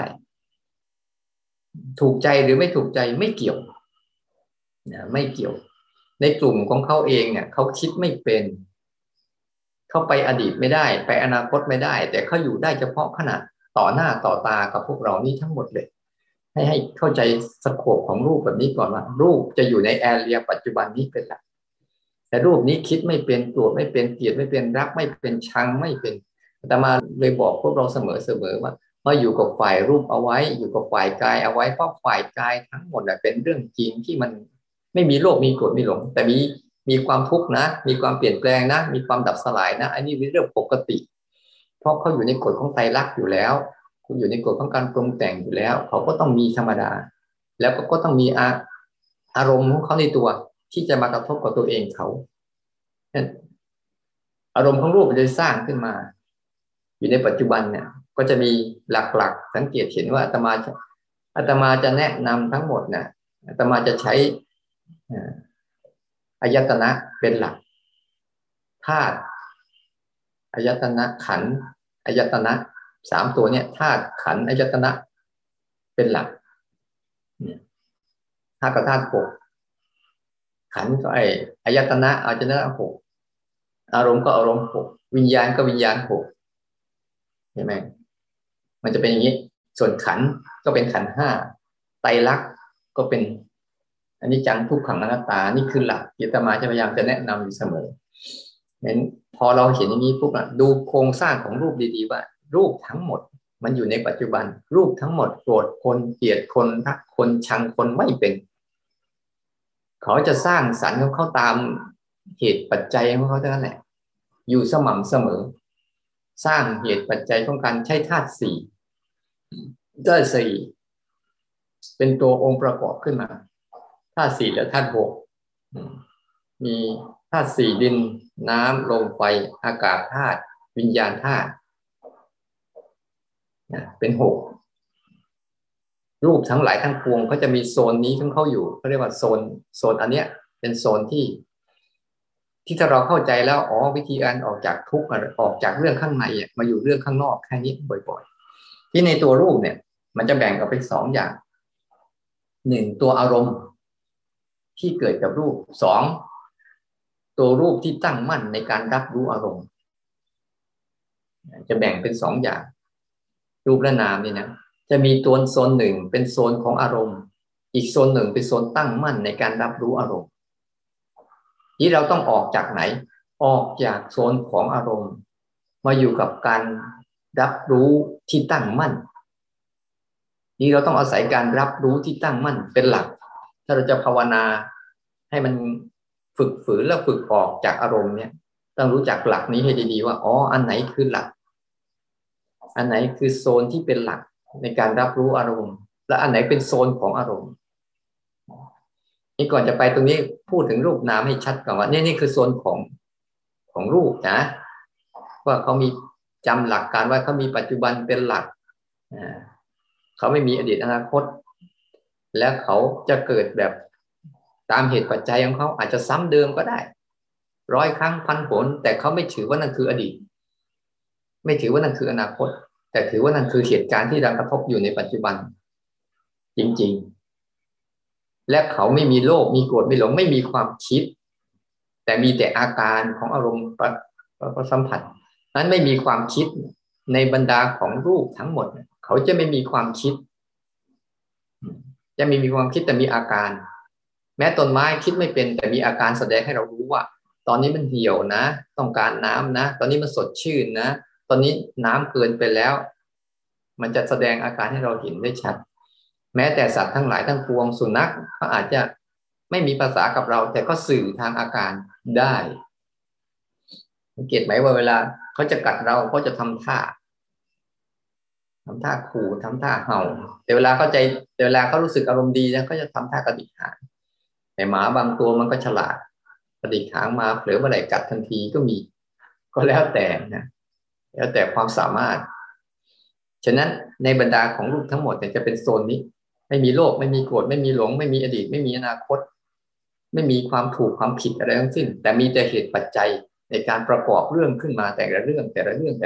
ถูกใจหรือไม่ถูกใจไม่เกี่ยวนะไม่เกี่ยวในกลุ่มของเขาเองเนี่ยเขาคิดไม่เป็นเขาไปอดีตไม่ได้ไปอนาคตไม่ได้แต่เขาอยู่ได้เฉพาะขณะต่อหน้าต่อตากับพวกเรานี่ทั้งหมดเลยให้เข้าใจสโคปของรูปแบบนี้ก่อนว่ารูปจะอยู่ในแอเรียปัจจุบันนี้เป็นหลักแต่รูปนี้คิดไม่เป็นโกรธไม่เป็นเกลียดไม่เป็นรักไม่เป็นชังไม่เป็นอาตมาเลยบอกพวกเราเสมอว่าอยู่กับฝ่ายรูปเอาไว้อยู่กับฝ่ายกายเอาไว้เพราะฝ่ายกายทั้งหมดเป็นเรื่องจริงที่มันไม่มีโลภมีโกรธมีหลงแต่มีความทุกข์นะมีความเปลี่ยนแปลงนะมีความดับสลายนะอันนี้เป็นเรื่องปกติเพราะเขาอยู่ในกฎของไตรลักษณ์อยู่แล้วคุณอยู่ในกฎของการปรุงแต่งอยู่แล้วเขาก็ต้องมีธรรมดาแล้วก็ต้องมีอารมณ์ของเขาในตัวที่จะมากระทบกับตัวเองเขาอารมณ์ของรูปมันจะสร้างขึ้นมาอยู่ในปัจจุบันเนี่ยก็จะมีหลักๆสังเกตเห็นว่าอาตมาจะแนะนำทั้งหมดนะอาตมาจะใช้อายตนะเป็นหลักธาตุอายตนะขันธ์อายตนะ3ตัวเนี่ยธาตุขันธ์อายตนะเป็นหลักธาตุกับธาตุ6ขันธ์ก็อายตนะอายตนะ6อารมณ์ก็อารมณ์6วิญญาณก็วิญญาณ6เห็นไหมมันจะเป็นอย่างนี้ส่วนขันธ์ก็เป็นขันธ์5ไตรลักษณ์ก็เป็นอันนี้จังทุกขังอนัตตานี่คือหลักที่อาตมาจะพยายามจะแนะนำอยู่เสมองั้นพอเราเห็นอย่างนี้ปุ๊บดูโครงสร้างของรูปดีๆว่ารูปทั้งหมดมันอยู่ในปัจจุบันรูปทั้งหมดโกรธคนเกลียดคนรักคนชังคนไม่เป็นเขาจะสร้างสรรค์ของเขาตามเหตุปัจจัยของเขาเท่านั้นแหละอยู่สม่ำเสมอสร้างเหตุปัจจัยของการใช้ธาตุสี่ธาตุสี่เป็นตัวองค์ประกอบขึ้นมาธาตุสี่และธาตุหกมีธาตุสี่ดินน้ำลมไฟอากาศธาตุวิญญาณธาตุเป็นหกรูปทั้งหลายทั้งปวงก็จะมีโซนนี้ของเขาอยู่เขาเรียกว่าโซนอันเนี้ยเป็นโซนที่ถ้าเราเข้าใจแล้วอ๋อวิธีการออกจากทุกข์ออกจากเรื่องข้างในมาอยู่เรื่องข้างนอกแค่นี้บ่อยๆที่ในตัวรูปเนี่ยมันจะแบ่งออกเป็นสองอย่างหนึ่งตัวอารมณ์ที่เกิดกับรูปสองตัวรูปที่ตั้งมั่นในการรับรู้อารมณ์จะแบ่งเป็นสองอย่างรูปและนามนี่นะจะมีตัวโซนหนึ่งเป็นโซนของอารมณ์อีกโซนหนึ่งเป็นโซนตั้งมั่นในการรับรู้อารมณ์ที่เราต้องออกจากไหนออกจากโซนของอารมณ์มาอยู่กับการรับรู้ที่ตั้งมั่นนี่เราต้องอาศัยการรับรู้ที่ตั้งมั่นเป็นหลักถ้าเราจะภาวนาให้มันฝึกฝืนแล้วฝึกออกจากอารมณ์เนี่ยต้องรู้จักหลักนี้ให้ดีๆว่าอ๋ออันไหนคือหลักอันไหนคือโซนที่เป็นหลักในการรับรู้อารมณ์และอันไหนเป็นโซนของอารมณ์นี่ก่อนจะไปตรงนี้พูดถึงรูปนามให้ชัดก่อนว่านี่คือโซนของรูปนะว่าเขามีจำหลักการว่าเขามีปัจจุบันเป็นหลักเขาไม่มีอดีตอนาคตและเขาจะเกิดแบบตามเหตุปัจจัยของเขาอาจจะซ้ำเดิมก็ได้100 ครั้งพันหนแต่เขาไม่ถือว่านั่นคืออดีตไม่ถือว่านั่นคืออนาคตแต่ถือว่านั่นคือเหตุการณ์ที่เรากระทบอยู่ในปัจจุบันจริงๆและเขาไม่มีโลภมีโกรธไม่หลงไม่มีความคิดแต่มีแต่อาการของอารมณ์ประสัมผัสนั้นไม่มีความคิดในบรรดาของรูปทั้งหมดเขาจะไม่มีความคิดจะไม่มีความคิดแต่มีอาการแม้ต้นไม้คิดไม่เป็นแต่มีอาการแสดงให้เรารู้ว่าตอนนี้มันเหี่ยวนะต้องการน้ำนะตอนนี้มันสดชื่นนะตอนนี้น้ำเกินไปแล้วมันจะแสดงอาการให้เราเห็นได้ชัดแม้แต่สัตว์ทั้งหลายทั้งปวงสุนัขเขาอาจจะไม่มีภาษากับเราแต่ก็สื่อทางอาการได้สังเกตไหมว่าเวลาเขาจะกัดเราเขาจะทำท่าขู่ทำท่าเห่าแต่เวลาเขารู้สึกอารมณ์ดีนะเขาจะทำท่ากระดิกหางแต่หมาบางตัวมันก็ฉลาดกระดิกหางมาเผลอเมื่อไหร่กัดทันทีก็มีก็แล้วแต่นะแล้วแต่ความสามารถฉะนั้นในบรรดาของรูปทั้งหมดเนี่ยจะเป็นโซนนี้ไม่มีโลภไม่มีโกรธไม่มีหลงไม่มีอดีตไม่มีอนาคตไม่มีความถูกความผิดอะไรทั้งสิ้นแต่มีแต่เหตุปัจจัยในการประกอบเรื่องขึ้นมาแต่ละเรื่อง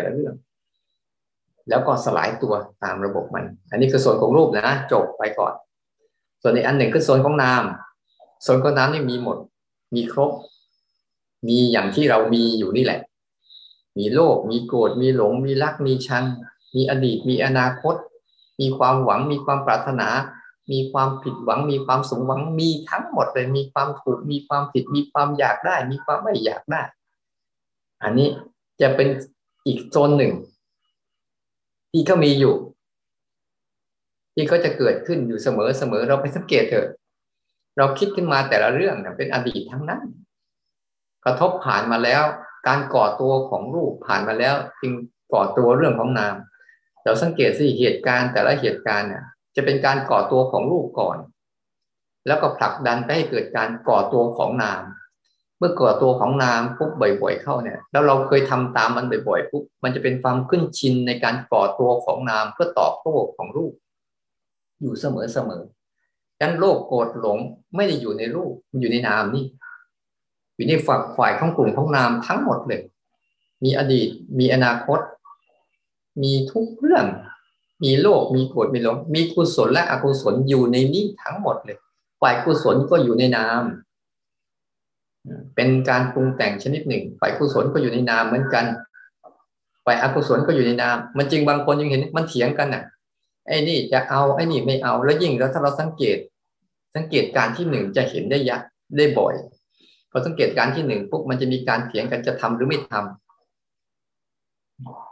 แล้วก็สลายตัวตามระบบมันอันนี้คือโซนของรูปนะจบไปก่อนส่วนอีกอันหนึ่งคือโซนของนามโซนของนามนี่มีหมดมีครบมีอย่างที่เรามีอยู่นี่แหละมีโลภมีโกรธมีหลงมีรักมีชังมีอดีตมีอนาคตมีความหวังมีความปรารถนามีความผิดหวังมีความสมหวังมีทั้งหมดเลยมีความถูกมีความผิดมีความอยากได้มีความไม่อยากได้อันนี้จะเป็นอีกโซนหนึ่งที่เขามีอยู่ที่เขาจะเกิดขึ้นอยู่เสมอเราไปสังเกตเถอะเราคิดขึ้นมาแต่ละเรื่องเป็นอดีตทั้งนั้นกระทบผ่านมาแล้วการก่อตัวของรูปผ่านมาแล้วจึงก่อตัวเรื่องของนามเราสังเกตสิเหตุการณ์แต่ละเหตุการณ์เนี่ยจะเป็นการก่อตัวของรูปก่อนแล้วก็ผลักดันไปให้เกิดการก่อตัวของนามเมื่อก่อตัวของนามปุ๊บบ่อยๆเข้าเนี่ยแล้วเราเคยทำตามมันบ่อยๆปุ๊บมันจะเป็นความขึ้นชินในการก่อตัวของนามเพื่อตอบโต้ของรูปอยู่เสมอดังนั้นโลภโกรธหลงไม่ได้อยู่ในรูปมันอยู่ในนามนี่อยู่ในฝักฝ่ายของกลุ่มของนามทั้งหมดเลยมีอดีตมีอนาคตมีทุกเรื่องมีโลภมีโกรธมีหลงมีกุศลและอกุศลอยู่ในนี้ทั้งหมดเลยฝ่ายกุศลก็อยู่ในนามเป็นการปรุงแต่งชนิดหนึ่งฝ่ายกุศลก็อยู่ในนามเหมือนกันฝ่ายอกุศลก็อยู่ในนามมันจริงบางคนยังเห็นมันเถียงกันน่ะไอ้นี่จะเอาไอ้นี่ไม่เอาแล้วยิ่งแล้วถ้าเราสังเกตการที่หนึ่งจะเห็นได้บ่อยพอสังเกตการที่หนึ่งปุ๊บมันจะมีการเถียงกันจะทำหรือไม่ท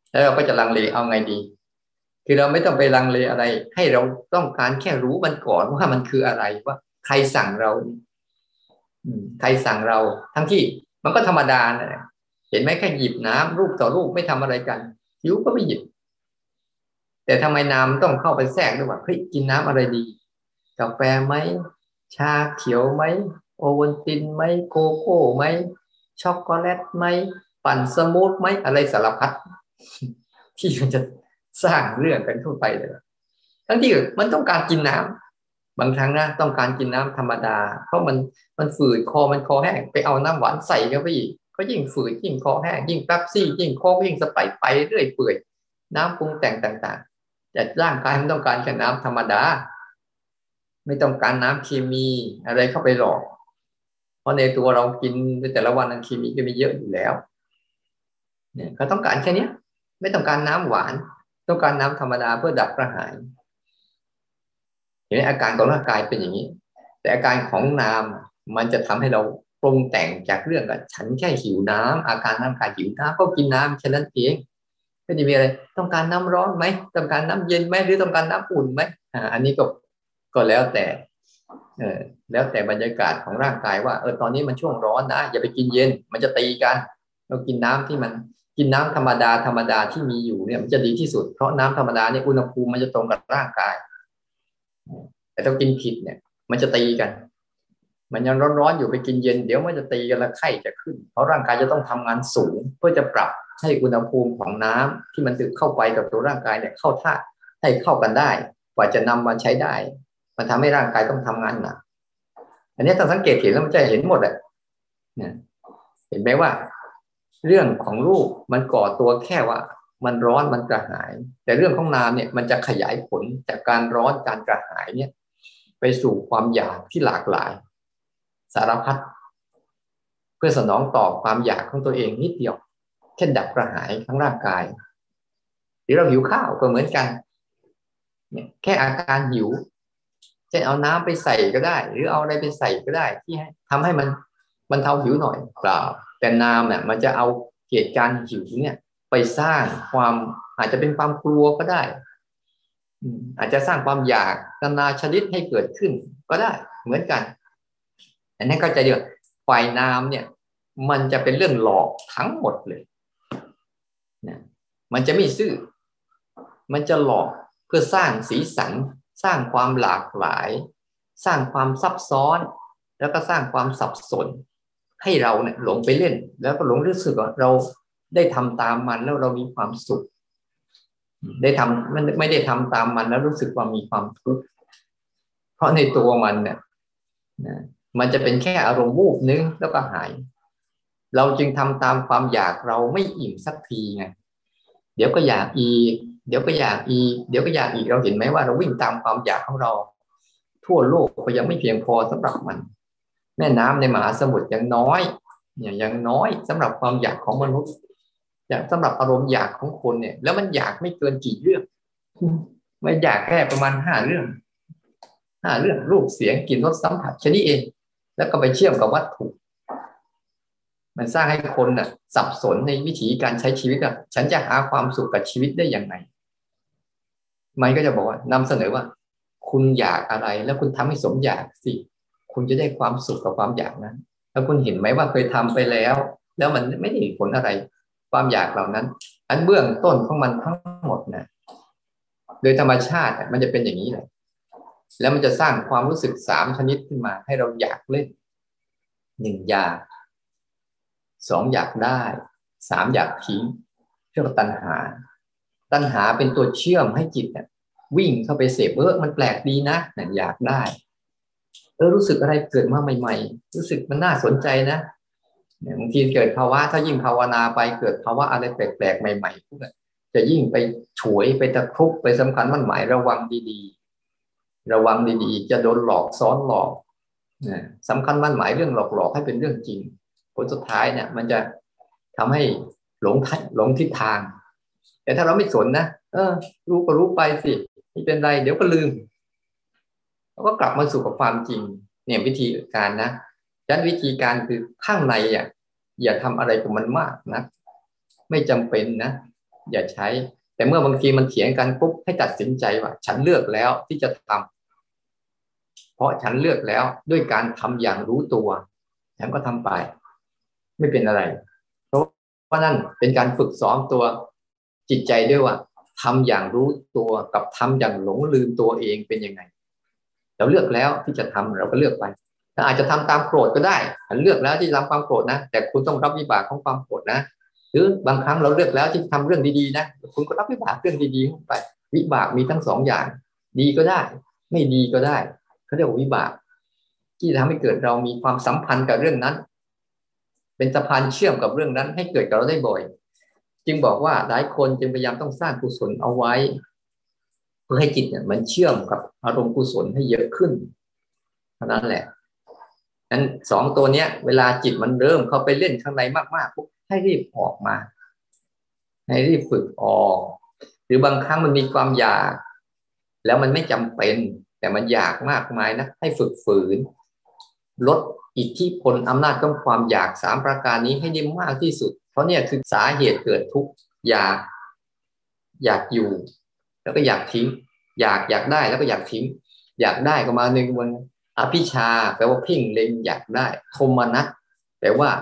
แล้วเราก็จะลังเลเอาไงดีคือเราไม่ต้องไปลังเลอะไรให้เราต้องการแค่รู้มันก่อนว่ามันคืออะไรว่าใครสั่งเราใครสั่งเราทั้งที่มันก็ธรรมดานะเห็นไหมแค่หยิบน้ำรูปต่อรูปไม่ทำอะไรกันหิวก็ไม่หยิบแต่ทำไมน้ำต้องเข้าไปแทรกด้วยว่าเฮ้ยกินน้ำอะไรดีกาแฟไหมชาเขียวไหมโอวัลตินไหมโกโก้ไหมช็อกโกแลตไหมปั่นสมูทไหมอะไรสารพัดที่มันจะสร้างเรื่องกันเข้าไปเลยทั้งที่มันต้องการกินน้ำบางครั้งนะต้องการกินน้ำธรรมดาเพราะมันฝืดคอมันคอแห้งไปเอาน้ำหวานใส่เข้าไปอีกก็ยิ่งฝืดยิ่งคอแห้งยิ่งเป๊ปซี่ยิ่งโค้กยิ่งสไปร์ไปเรื่อยเปื่อยน้ำปรุงแต่งต่างๆแต่ร่างกายมันต้องการแค่น้ำธรรมดาไม่ต้องการน้ำเคมีอะไรเข้าไปหรอกเพราะในตัวเรากินในแต่ละวันนั้นเคมีก็มีเยอะอยู่แล้วเนี่ยเขาต้องการแค่นี้ไม่ต้องการน้ำหวานต้องการน้ำธรรมดาเพื่อดับกระหายเห็นไหมอาการของร่างกายเป็นอย่างนี้แต่อาการของนามมันจะทำให้เราปรุงแต่งจากเรื่องกับฉันแค่หิวน้ำอาการร่างกายหิวน้ำก็กินน้ำแค่นั้นเองไม่ได้มีอะไรต้องการน้ำร้อนไหมต้องการน้ำเย็นไหมหรือต้องการน้ำอุ่นไหมอันนี้ก็แล้วแต่เออแล้วแต่บรรยากาศของร่างกายว่าตอนนี้มันช่วงร้อนนะอย่าไปกินเย็นมันจะตีกันเรากินน้ำที่มันกินน้ำธรรมดาธรรมดาที่มีอยู่เนี่ยมันจะดีที่สุดเพราะน้ำธรรมดาเนี่ยอุณหภูมิมันจะตรงกับร่างกายแต่ถ้ากินผิดเนี่ยมันจะตีกันมันยังร้อนๆอยู่ไปกินเย็นเดี๋ยวมันจะตีกันและไข้จะขึ้นเพราะร่างกายจะต้องทำงานสูงเพื่อจะปรับให้อุณหภูมิของน้ำที่มันตึกเข้าไปกับตัวร่างกายเนี่ยเข้าท่าให้เข้ากันได้กว่าจะนำมาใช้ได้มันทำให้ร่างกายต้องทำงานหนักอันนี้ถ้าสังเกตเห็นแล้วมันจะเห็นหมดเลยเนี่ยเห็นไหมว่าเรื่องของรูปมันก่อตัวแค่ว่ามันร้อนมันกระหายแต่เรื่องของนามเนี่ยมันจะขยายผลจากการร้อนการกระหายเนี่ยไปสู่ความอยากที่หลากหลายสารพัดเพื่อสนองตอบความอยากของตัวเองนิดเดียวเช่นดับกระหายทั้งร่างกายหรือเราหิวข้าวก็เหมือนกันเนี่ยแค่อาการหิวเช่นเอาน้ำไปใส่ก็ได้หรือเอาอะไรไปใส่ก็ได้ที่ทำให้มันเทาหิวหน่อยเปล่าแต่นามเนี่ยมันจะเอาเหตุการณ์หิวเนี่ยไปสร้างความอาจจะเป็นความกลัวก็ได้อาจจะสร้างความอยากนานาชนิดให้เกิดขึ้นก็ได้เหมือนกันอันนี้เข้าใจเดียวฝ่ายนามเนี่ยมันจะเป็นเรื่องหลอกทั้งหมดเลยนะมันจะไม่ซื่อมันจะหลอกเพื่อสร้างสีสันสร้างความหลากหลายสร้างความซับซ้อนแล้วก็สร้างความสับสนให้เราเนี่ยหลงไปเล่นแล้วก็หลงรู้สึกว่าเราได้ทำตามมันแล้วเรามีความสุขได้ทำมันไม่ได้ทำตามมันแล้วรู้สึกว่ามีความทุกข์เพราะในตัวมันเนี่ยมันจะเป็นแค่อารมณ์วูบนึงแล้วก็หายเราจึงทำตามความอยากเราไม่อิ่มสักทีไงเดี๋ยวก็อยากอีกเดี๋ยวก็อยากอีกเดี๋ยวก็อยากอีกเราเห็นไหมว่าเราวิ่งตามความอยากของเราทั่วโลกก็ยังไม่เพียงพอสำหรับมันแม่น้ำในมหาสมุทรยังน้อยเนี่ยยังน้อยสำหรับความอยากของมนุษย์อย่างสำหรับอารมณ์อยากของคนเนี่ยแล้วมันอยากไม่เกินกี่เรื่องมันอยากแค่ประมาณ5 เรื่องรูปเสียงกลิ่นรสสัมผัสแค่นี้เองแล้วก็ไปเชื่อมกับวัตถุมันสร้างให้คนน่ะสับสนในวิถีการใช้ชีวิตอ่ะฉันจะหาความสุขกับชีวิตได้อย่างไรมันก็จะบอกว่านำเสนอว่าคุณอยากอะไรแล้วคุณทำให้สมอยากสิคุณจะได้ความสุขกับความอยากนั้นแล้วคุณเห็นไหมว่าเคยทำไปแล้วมันไม่ได้ผลอะไรความอยากเหล่านั้นอันเบื้องต้นของมันทั้งหมดนะโดยธรรมชาติมันจะเป็นอย่างนี้แหละแล้วมันจะสร้างความรู้สึก3 ชนิดขึ้นมาให้เราอยากเล่น1อยาก2อยากได้3อยากทิ้งเรียกว่าตัณหาเป็นตัวเชื่อมให้จิตเนี่ยวิ่งเข้าไปเสพมันแปลกดีนะอยากได้รู้สึกอะไรเกิดมาใหม่ๆรู้สึกมันน่าสนใจนะบางทีเกิดภาวะถ้ายิ่งภาวนาไปเกิดภาวะอะไรแปลกๆใหม่ๆพวกนี้จะยิ่งไปฉวยไปตะครุบไปสำคัญมั่นหมายระวังดีๆจะโดนหลอกซ้อนหลอกสำคัญมั่นหมายเรื่องหลอกให้เป็นเรื่องจริงผลสุดท้ายเนี่ยมันจะทำให้หลงทิศทางแต่ถ้าเราไม่สนนะรู้ก็รู้ไปสิไม่เป็นไรเดี๋ยวก็ลืมเราก็กลับมาสู่กับความจริงเนี่ยวิธีการนะดังนั้นวิธีการคือข้างในอย่าทำอะไรกับมันมากนะไม่จำเป็นนะอย่าใช้แต่เมื่อบางทีมันเถียงกันปุ๊บให้ตัดสินใจว่าฉันเลือกแล้วที่จะทำเพราะฉันเลือกแล้วด้วยการทำอย่างรู้ตัวฉันก็ทำไปไม่เป็นอะไรเพราะนั่นเป็นการฝึกซ้อมตัวจิตใจด้วยว่าทำอย่างรู้ตัวกับทำอย่างหลงลืมตัวเองเป็นยังไงเราเลือกแล้วที่จะทำเราก็เลือกไปถ้าอาจจะทำตามโกรธก็ได้ฉันเลือกแล้วที่จะทำความโกรธนะแต่คุณต้องรับวิบากของความโกรธนะหรือบางครั้งเราเลือกแล้วที่ทำเรื่องดีๆนะคุณก็รับวิบากเรื่องดีๆเข้าไปวิบากมีทั้งสองอย่างดีก็ได้ไม่ดีก็ได้เขาเรียกว่าวิบากที่ทำให้เกิดเรามีความสัมพันธ์กับเรื่องนั้นเป็นสะพานเชื่อมกับเรื่องนั้นให้เกิดกับเราได้บ่อยจึงบอกว่าหลายคนจึงพยายามต้องสร้างกุศลเอาไว้เพื่อให้จิตเนี่ยมันเชื่อมกับอารมณ์กุศลให้เยอะขึ้นเท่านั้นแหละนั้นสองตัวเนี้ยเวลาจิตมันเริ่มเข้าไปเล่นข้างในมากๆปุ๊บให้รีบออกมาให้รีบฝึกออกหรือบางครั้งมันมีความอยากแล้วมันไม่จำเป็นแต่มันอยากมากมายนะให้ฝึกฝืนลดอิทธิพลอำนาจของความอยากสามประการนี้ให้ได้มากที่สุดเพราะเนี่ยคือสาเหตุเกิดทุกข์อยากอยู่แล้วก็อยากทิ้งอยากได้แล้วก็อยากทิ้งอยากได้ก็มาหนึ่งวันอภิชาแปลว่าเพ่งเล็งอยากได้โทมนัสแปลว่า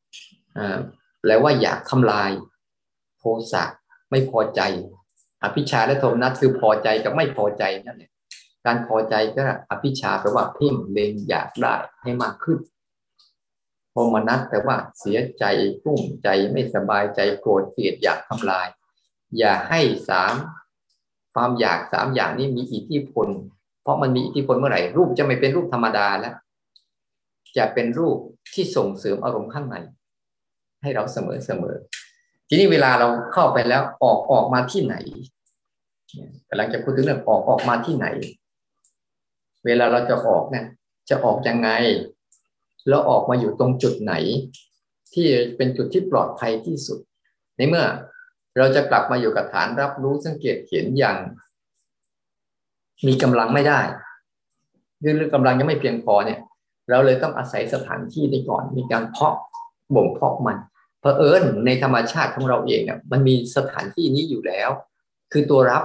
อยากทำลายโทสะไม่พอใจอภิชาและโทมนัสคือพอใจกับไม่พอใจนั่นแหละการพอใจก็อภิชาแปลว่าเพ่งเล็งอยากได้ให้มากขึ้นโทมนัสแปลว่าเสียใจกุ้มใจไม่สบายใจโกรธเกลียดอยากทำลายอย่าให้ความอยากสามอย่างนี้มีอิทธิพลเพราะมันมีอิทธิพลเมื่อไหร่รูปจะไม่เป็นรูปธรรมดาแล้วจะเป็นรูปที่ส่งเสริมอารมณ์ข้างในให้เราเสมอทีนี้เวลาเราเข้าไปแล้วออกมาที่ไหนกำลังจะพูดถึงเรื่องออกมาที่ไหนเวลาเราจะออกเนี่ยจะออกยังไงแล้วออกมาอยู่ตรงจุดไหนที่เป็นจุดที่ปลอดภัยที่สุดในเมื่อเราจะกลับมาอยู่กับฐานรับรู้สังเกตเห็นอย่างมีกำลังไม่ได้หรือกำลังยังไม่เพียงพอเนี่ยเราเลยต้องอาศัยสถานที่ได้ก่อนมีการเพาะบ่มเพาะมันเผอิญในธรรมชาติของเราเองเนี่ยมันมีสถานที่นี้อยู่แล้วคือตัวรับ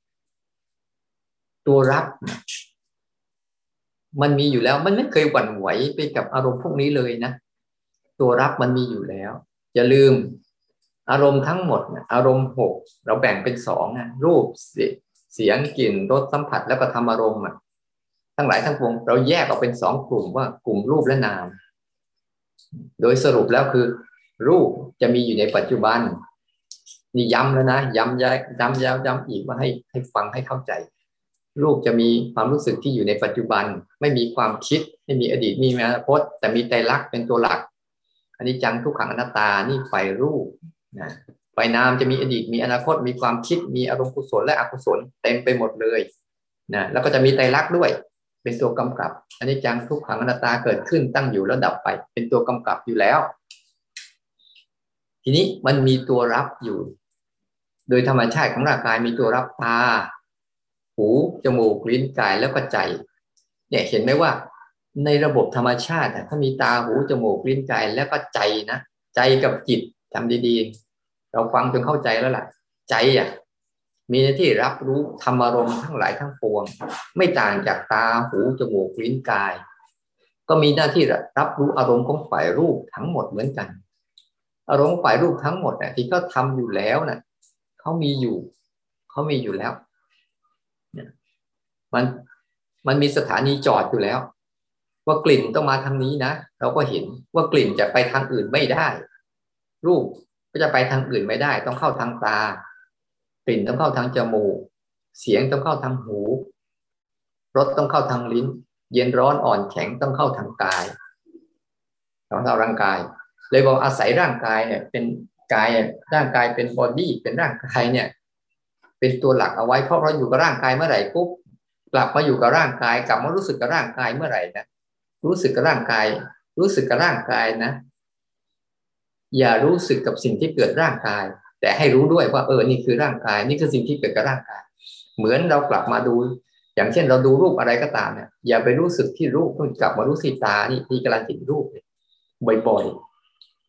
มันมีอยู่แล้วมันไม่เคยหวั่นไหวไปกับอารมณ์พวกนี้เลยนะตัวรับมันมีอยู่แล้วอย่าลืมอารมณ์ทั้งหมดอารมณ์6เราแบ่งเป็น2นะรูปเสียงกลิ่นรสสัมผัสแล้วก็ธรรมอารมณ์ทั้งหลายทั้งปวงเราแยกออกเป็น2กลุ่มว่ากลุ่มรูปและนามโดยสรุปแล้วคือรูปจะมีอยู่ในปัจจุบันนี่ย้ำแล้วนะย้ำอีกว่าให้ฟังให้เข้าใจรูปจะมีความรู้สึกที่อยู่ในปัจจุบันไม่มีความคิดไม่มีอดีตมีอนาคตแต่มีไตรลักษณ์เป็นตัวหลักอนิจจังทุกขังอนัตตานี่ไฟรูปนะไฟนามจะมีอดีตมีอนาคตมีความคิดมีอารมณ์กุศลและอกุศลเต็มไปหมดเลยนะแล้วก็จะมีไตรลักษณ์ด้วยเป็นตัวกำกับอนิจจังทุกขังอนัตตาเกิดขึ้นตั้งอยู่แล้วดับไปเป็นตัวกำกับอยู่แล้วทีนี้มันมีตัวรับอยู่โดยธรรมชาติของร่างกายมีตัวรับตาหูจมูกลิ้นกายแล้วก็ใจเนี่ยเห็นไหมว่าในระบบธรรมชาติถ้ามีตาหูจมูกลิ้นกายแล้วก็ใจนะใจกับจิตทำดีๆเราฟังจนเข้าใจแล้วล่ะใจมีหน้าที่รับรู้ธรรมอารมณ์ทั้งหลายทั้งปวงไม่ต่างจากตาหูจมูกลิ้นกายก็มีหน้าที่รับรู้อารมณ์ของฝ่ายรูปทั้งหมดเหมือนกันอารมณ์ฝ่ายรูปทั้งหมดที่เขาทำอยู่แล้วเขามีอยู่แล้วมันมีสถานีจอดอยู่แล้วว่ากลิ่นต้องมาทางนี้นะเราก็เห็นว่ากลิ่นจะไปทางอื่นไม่ได้รูปก็จะไปทางอื่นไม่ได้ต้องเข้าทางตากลิ่นต้องเข้าทางจมูกเสียงต้องเข้าทางหูรสต้องเข้าทางลิ้นเย็นร้อนอ่อนแข็งต้องเข้าทางกายของเราร่างกายเลยบอกอาศัยร่างกายเนี่ยเป็นกายร่างกายเป็นบอดี้เป็นร่างกายเนี่ยเป็นตัวหลักเอาไว้เพราะเราอยู่กับร่างกายเมื่อไหร่ปุ๊บกลับมาอยู่กับร่างกายกลับมารู้สึกกับร่างกายเมื่อไหร่นะรู้สึกกับร่างกายนะอย่ารู้สึกกับสิ่งที่เกิดร่างกายแต่ให้รู้ด้วยว่านี่คือร่างกายนี่คือสิ่งที่เกิดกับร่างกายเหมือนเรากลับมาดูอย่างเช่นเราดูรูปอะไรก็ตามเนี่ยอย่าไปรู้สึกที่รูปต้องกลับมารู้สึกตานี่ที่กำลังเห็นรูปบ่อยๆ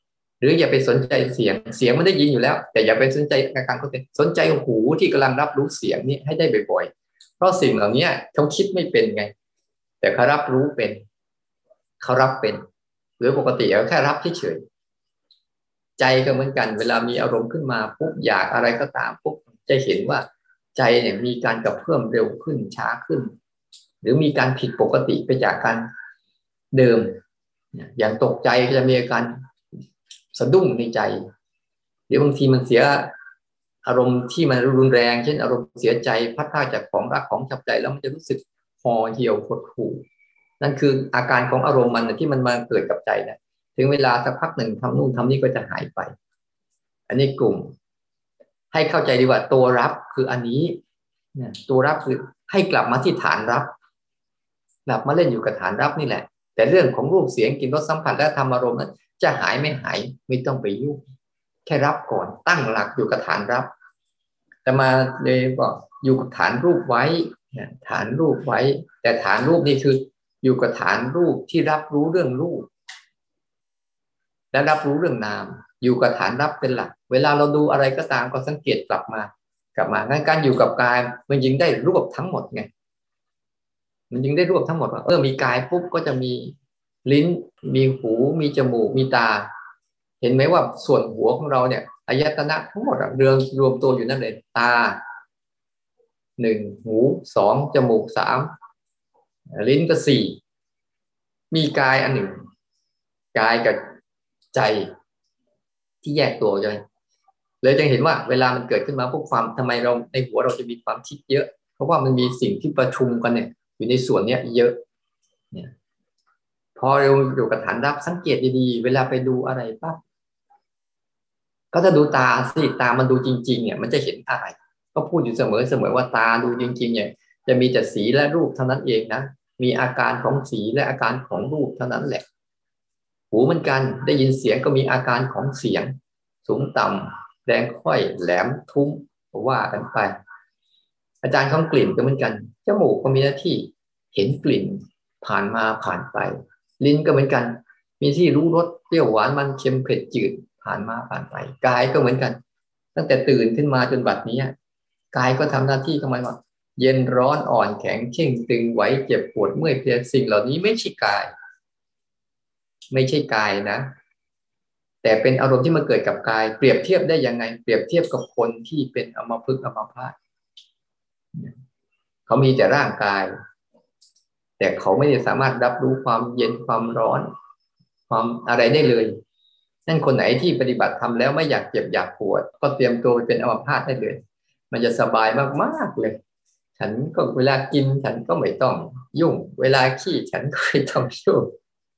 รืออย่าไปสนใจเสียงมันได้ยินอยู่แล้วแต่อย่าไปสนใจอาการเขาเป็นสนใจหูที่กำลังรับรู้เสียงนี้ให้ได้บ่อยๆเพราะสิ่งเหล่านี้เขาคิดไม่เป็นไงแต่เขารับรู้เป็นเขารับเป็นหรือปกติเขาแค่รับเฉยๆใจก็เหมือนกันเวลามีอารมณ์ขึ้นมาปุ๊บอยากอะไรก็ตามปุ๊บจะเห็นว่าใจเนี่ยมีการกระเพื่อมเร็วขึ้นช้าขึ้นหรือมีการผิดปกติไปจากการเดิมอย่างตกใจก็จะมีอาการสะดุ้งในใจหรือบางทีมันเสียอารมณ์ที่มันรุนแรงเช่นอารมณ์เสียใจพัดพลาดจากของรักของจับใจแล้วมันจะรู้สึกห่อเหี่ยวหดหู่นั่นคืออาการของอารมณ์มันที่มันมาเกิดกับใจนะถึงเวลาสักพักหนึ่งทำนู่นทำนี่ก็จะหายไปอันนี้กลุ่มให้เข้าใจดีว่าตัวรับคืออันนี้ตัวรับคือให้กลับมาที่ฐานรับกลับมาเล่นอยู่กับฐานรับนี่แหละแต่เรื่องของรูปเสียงกลิ่นรสสัมผัสและธรรมอารมณ์นั้นจะหายไม่หายไม่ต้องไปยุ่งแค่รับก่อนตั้งหลักอยู่กับฐานรับแต่มาเลยบอกอยู่กับฐานรูปไว้ฐานรูปไว้แต่ฐานรูปนี่คืออยู่กับฐานรูปที่รับรู้เรื่องรูปและรับรู้เรื่องนามอยู่กับฐานรับเป็นหลักเวลาเราดูอะไรก็ตามก็สังเกตกลับมางั้นการอยู่กับกายมันยิ่งได้รวบทั้งหมดไงมันยิ่งได้รวบทั้งหมดว่ามีกายปุ๊บก็จะมีลิ้นมีหูมีจมูกมีตาเห็นไหมว่าส่วนหัวของเราเนี่ยอายตนะทั้งหมดเรื่องรวมตัวอยู่นั่นเลยตาหนึ่งหูสองจมูกสามลิ้นก็สี่มีกายอันหนึ่งกายกับใจที่แยกตัวเลยจะเห็นว่าเวลามันเกิดขึ้นมาพวกความทำไมเราในหัวเราจะมีความคิดเยอะเพราะว่ามันมีสิ่งที่ประชุมกันเนี่ยอยู่ในส่วนนี้เยอะเนี่ยพอเราอยู่กับฐานรับสังเกตดีๆเวลาไปดูอะไรปั๊บก็ถ้าดูตาสิตามันดูจริงๆเนี่ยมันจะเห็นอะไรก็พูดอยู่เสมอว่าตาดูจริงๆเนี่ยจะมีแต่สีและรูปเท่านั้นเองนะมีอาการของสีและอาการของรูปเท่านั้นแหละหูเหมือนกันได้ยินเสียงก็มีอาการของเสียงสูงต่ำแรงค่อยแหลมทุ้มว่ากันไปอาจารย์ของกลิ่นก็เหมือนกันจมูกก็มีหน้าที่เห็นกลิ่นผ่านมาผ่านไปลิ้นก็เหมือนกันมีที่รู้รสเปรี้ยวหวานมันเค็มเผ็ดจืดผ่านมาผ่านไปกายก็เหมือนกันตั้งแต่ตื่นขึ้นมาจนบัดนี้กายก็ทำหน้าที่ของมันว่าเย็นร้อนอ่อนแข็งเข่งตึงไหวเจ็บปวดเมื่อยเพลียสิ่งเหล่านี้ไม่ใช่กายนะแต่เป็นอารมณ์ที่มาเกิดกับกายเปรียบเทียบได้ยังไงเปรียบเทียบกับคนที่เป็นอัมพฤกษ์อัมพาตเขามีแต่ร่างกายแต่เขาไม่ได้สามารถรับรู้ความเย็นความร้อนความอะไรได้เลยนั่นคนไหนที่ปฏิบัติทำแล้วไม่อยากเจ็บอยากปวดก็เตรียมตัวไปเป็นอัมพาตได้เลยมันจะสบายมากๆเลยฉันก็เวลากินฉันก็ไม่ต้องยุ่งเวลาขี้ฉันก็ไม่ต้องยุ่ง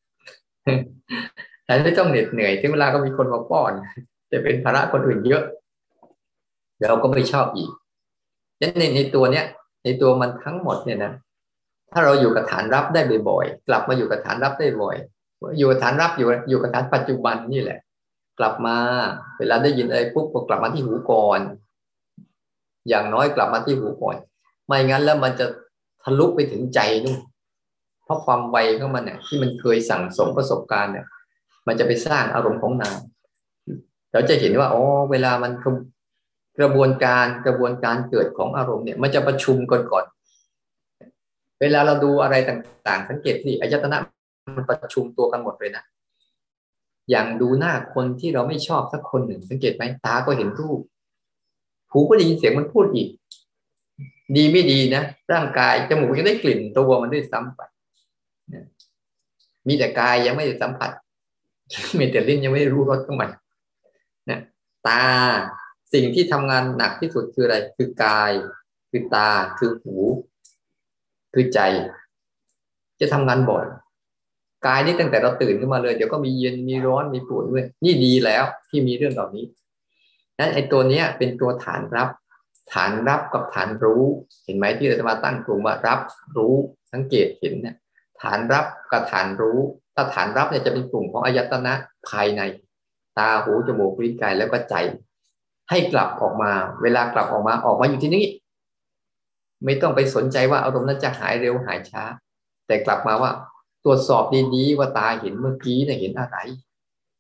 ฉันไม่ต้องเหน็ดเหนื่อยถึงเวลาก็มีคนมาป้อนจะเป็นภาระคนอื่นเยอะเราก็ไม่ชอบอีกฉะนั้นในตัวเนี้ยในตัวมันทั้งหมดเนี่ยนะถ้าเราอยู่กับฐานรับได้บ่อยๆกลับมาอยู่กับฐานรับได้บ่อยอยู่กับฐานรับอยู่กับฐานปัจจุบันนี่แหละกลับมาเวลาได้ยินอะไรปุ๊บก็กลับมาที่หูก่อนอย่างน้อยกลับมาที่หูก่อนไม่งั้นแล้วมันจะทะลุไปถึงใจนู่นเพราะความไวของมันเนี่ยที่มันเคยสั่งสมประสบการณ์เนี่ยมันจะไปสร้างอารมณ์ของนามเราจะเห็นว่าอ๋อเวลามันกระบวนการเกิดของอารมณ์เนี่ยมันจะประชุมก่อนเวลาเราดูอะไรต่างๆสังเกตที่อายตนะมันประชุมตัวกันหมดเลยนะอย่างดูหน้าคนที่เราไม่ชอบสักคนหนึ่งสังเกตไหมตาก็เห็นรูปหูก็ได้ยินเสียงมันพูดอีกดีไม่ดีนะร่างกายจมูกยังได้กลิ่นตัวมันด้วยซ้ำไปมีแต่กายยังไม่ได้สัมผัสมีแต่ลิ้นยังไม่ได้รู้รสของมันนะตาสิ่งที่ทำงานหนักที่สุดคืออะไรคือกายคือตาคือหูคือใจจะทำงานบ่อยกายนี่ตั้งแต่เราตื่นขึ้นมาเลยเดี๋ยวก็มีเย็นมีร้อนมีปวดด้วยนี่ดีแล้วที่มีเรื่องเหล่านี้นั้นไอ้ตัวนี้เป็นตัวฐานรับกับฐานรู้เห็นไหมที่เราจะมาตั้งกลุ่มว่ารับรู้สังเกตเห็นเนี่ยฐานรับกับฐานรู้ถ้าฐานรับเนี่ยจะเป็นกลุ่มของอายตนะภายในตาหูจมูกลิ้นกายแล้วก็ใจให้กลับออกมาเวลากลับออกมาอยู่ที่นี่ไม่ต้องไปสนใจว่าอารมณ์นั้นจะหายเร็วหายช้าแต่กลับมาว่าตรวจสอบดีๆว่าตาเห็นเมื่อกี้เนี่ยเห็นอะไร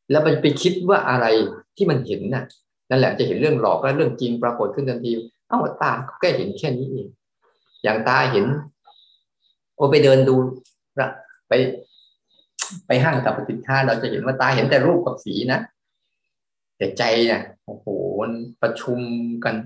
แล้วมันไปคิดว่าอะไรที่มันเห็นน่ะนั่นแหละจะเห็นเรื่องหลอกและเรื่องจริงปรากฏขึ้นทันทีเอ้าตาก็แค่เห็นแค่นี้เองอย่างตาเห็นโอไปเดินดูไปไปห้างสรรพสินค้าเราจะเห็นว่าตาเห็นแต่รูปกับสีนะแต่ใจเนี่ยโอ้โหประชุมกัน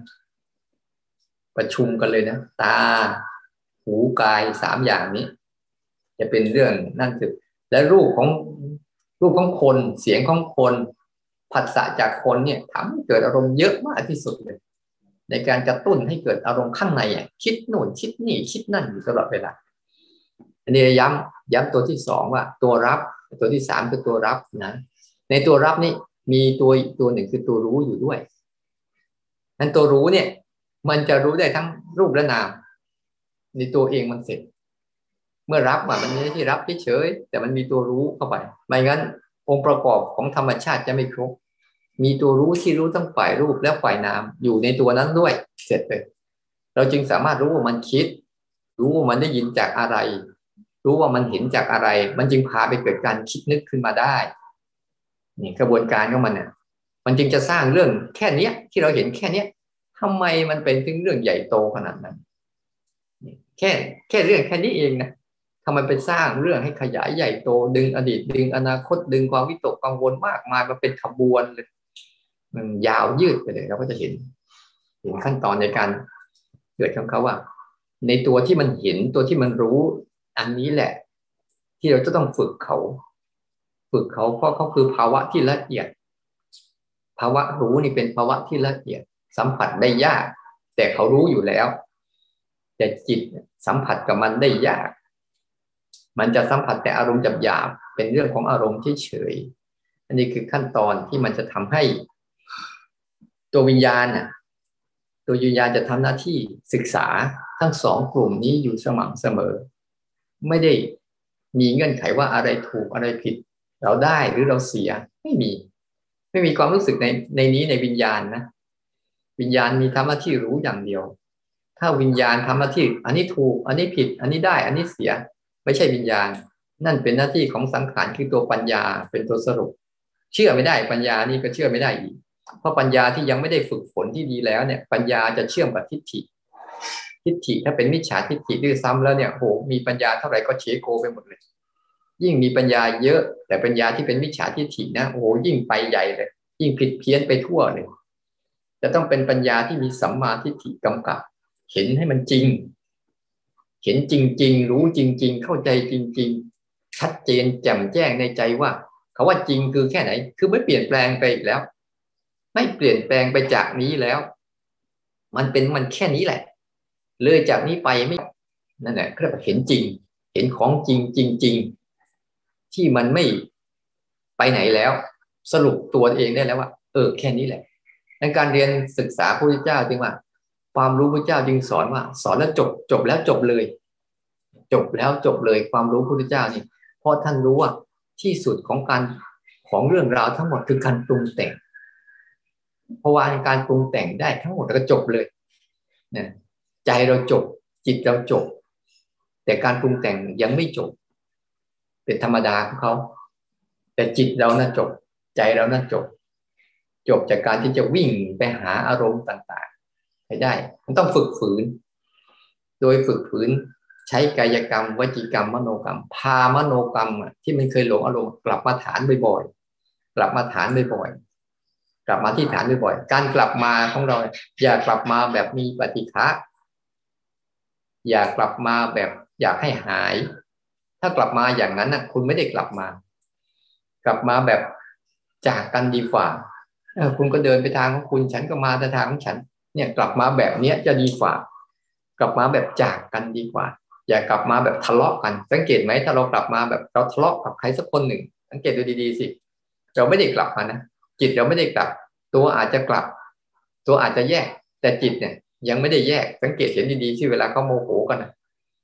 เลยนะตาหูกายสามอย่างนี้จะเป็นเรื่องนั่นคือและรูปของคนเสียงของคนผัสสะจากคนเนี่ยทำให้เกิดอารมณ์เยอะมากที่สุดเลยในการกระตุ้นให้เกิดอารมณ์ข้างในคิดโน่นคิดนี่คิดนั่นอยู่ตลอดเวลาอันนี้ย้ำตัวที่สองว่าตัวรับตัวที่สามคือตัวรับนะในตัวรับนี่มีตัวหนึ่งคือตัวรู้อยู่ด้วยนั้นตัวรู้เนี่ยมันจะรู้ได้ทั้งรูปและนามในตัวเองมันเสร็จเมื่อรับมันไม่ใช่ที่รับเฉยแต่มันมีตัวรู้เข้าไปไม่งั้นองค์ประกอบของธรรมชาติจะไม่ครบมีตัวรู้ที่รู้ทั้งฝ่ายรูปและฝ่ายนามอยู่ในตัวนั้นด้วยเสร็จเลยเราจึงสามารถรู้ว่ามันคิดรู้ว่ามันได้ยินจากอะไรรู้ว่ามันเห็นจากอะไรมันจึงพาไปเกิดการคิดนึกขึ้นมาได้นี่กระบวนการของมันเนี่ยมันจึงจะสร้างเรื่องแค่เนี้ยที่เราเห็นแค่เนี้ยทำไมมันเป็นถึงเรื่องใหญ่โตขนาดนั้นแค่เรื่องแค่นี้เองนะทำไมไปสร้างเรื่องให้ขยายใหญ่โตดึงอดีตดึงอนาคตดึงความวิตกกังวลมากมายมาเป็นขบวนเลยมันยาวยืดไปเลยเราก็จะเห็นขั้นตอนในการเกิดของเขาว่าในตัวที่มันเห็นตัวที่มันรู้อันนี้แหละที่เราจะต้องฝึกเขาเพราะเขาคือภาวะที่ละเอียดภาวะรู้นี่เป็นภาวะที่ละเอียดสัมผัสได้ยากแต่เขารู้อยู่แล้วแต่จิตสัมผัสกับมันได้ยากมันจะสัมผัสแต่อารมณ์หยาบๆเป็นเรื่องของอารมณ์เฉยๆอันนี้คือขั้นตอนที่มันจะทำให้ตัววิญญาณตัววิญญาณจะทำหน้าที่ศึกษาทั้งสองกลุ่มนี้อยู่สม่ำเสมอไม่ได้มีเงื่อนไขว่าอะไรถูกอะไรผิดเราได้หรือเราเสียไม่มีความรู้สึกในนี้ในวิญญาณนะวิญญาณมีทำหน้าที่รู้อย่างเดียวถ้าวิญญาณทำหน้าที่อันนี้ถูกอันนี้ผิดอันนี้ได้อันนี้เสียไม่ใช่วิญญาณนั่นเป็นหน้าที่ของสังขารคือตัวปัญญาเป็นตัวสรุปเชื่อไม่ได้ปัญญานี่ก็เชื่อไม่ได้อีกเพราะปัญญาที่ยังไม่ได้ฝึกฝนที่ดีแล้วเนี่ยปัญญาจะเชื่อมกับทิฏฐิถ้าเป็นมิจฉาทิฏฐิด้วยซ้ำแล้วเนี่ยโหมีปัญญาเท่าไหร่ก็เชโกไปหมดเลยยิ่งมีปัญญาเยอะแต่ปัญญาที่เป็นมิจฉาทิฏฐินะโอ้โหยิ่งไปใหญ่เลยยิ่งผิดเพี้ยนไปทั่วเลยจะต้องเป็นปัญญาที่มีสัมมาทิฏฐิกำกับเห็นให้มันจริงเห็นจริงๆรู้จริงๆเข้าใจจริงๆชัดเจนแจ่มแจ้งในใจว่าเขาว่าจริงคือแค่ไหนคือไม่เปลี่ยนแปลงไปอีกแล้วไม่เปลี่ยนแปลงไปจากนี้แล้วมันแค่นี้แหละเลยจากนี้ไปไม่นั่นแหละเรียกว่าเห็นจริงเห็นของจริงจริงๆที่มันไม่ไปไหนแล้วสรุปตัวเองได้แล้วว่าแค่นี้แหละในการเรียนศึกษาพระพุทธเจ้าจึงว่าความรู้พระเจ้าจึงสอนว่าสอนแล้วจบแล้วจบเลยจบแล้วจบเลยความรู้พระพุทธเจ้านี่เพราะท่านรู้ว่าที่สุดของเรื่องราวทั้งหมดคือการปรุงแต่งเพราะว่าการปรุงแต่งได้ทั้งหมดก็จบเลยนะใจเราจบจิตเราจบแต่การปรุงแต่งยังไม่จบเป็นธรรมดาของเขาแต่จิตเราน่ะจบใจเราน่ะจบจากการที่จะวิ่งไปหาอารมณ์ต่างๆให้ได้มันต้องฝึกฝืนโดยฝึกฝืนใช้กายกรรมวจีกรรมมโนกรรมพามโนกรรมที่มันเคยหลงอารมณ์กลับมาฐานบ่อยๆกลับมาฐานบ่อยๆกลับมาที่ฐานบ่อยๆการกลับมาของเราอย่ากลับมาแบบมีปฏิฆะอย่ากลับมาแบบอยากให้หายถ้ากลับมาอย่างนั้นนะคุณไม่ได้กลับมาแบบจากกันดีกว่าคุณก็เดินไปทางของคุณฉันก็มาแต่ทางของฉันเนี่ยกลับมาแบบเนี้ยจะดีกว่ากลับมาแบบจากกันดีกว่าอย่ากลับมาแบบทะเลาะกันสังเกตไหมถ้าเรากลับมาแบบเราทะเลาะกับใครสักคนหนึ่งสังเกตดูดีๆสิเราไม่ได้กลับมานะจิตเราไม่ได้กลับตัวอาจจะกลับตัวอาจจะแยกแต่จิตเนี่ยยังไม่ได้แยกสังเกตเห็นดีๆที่เวลาเขาโมโหกันนะ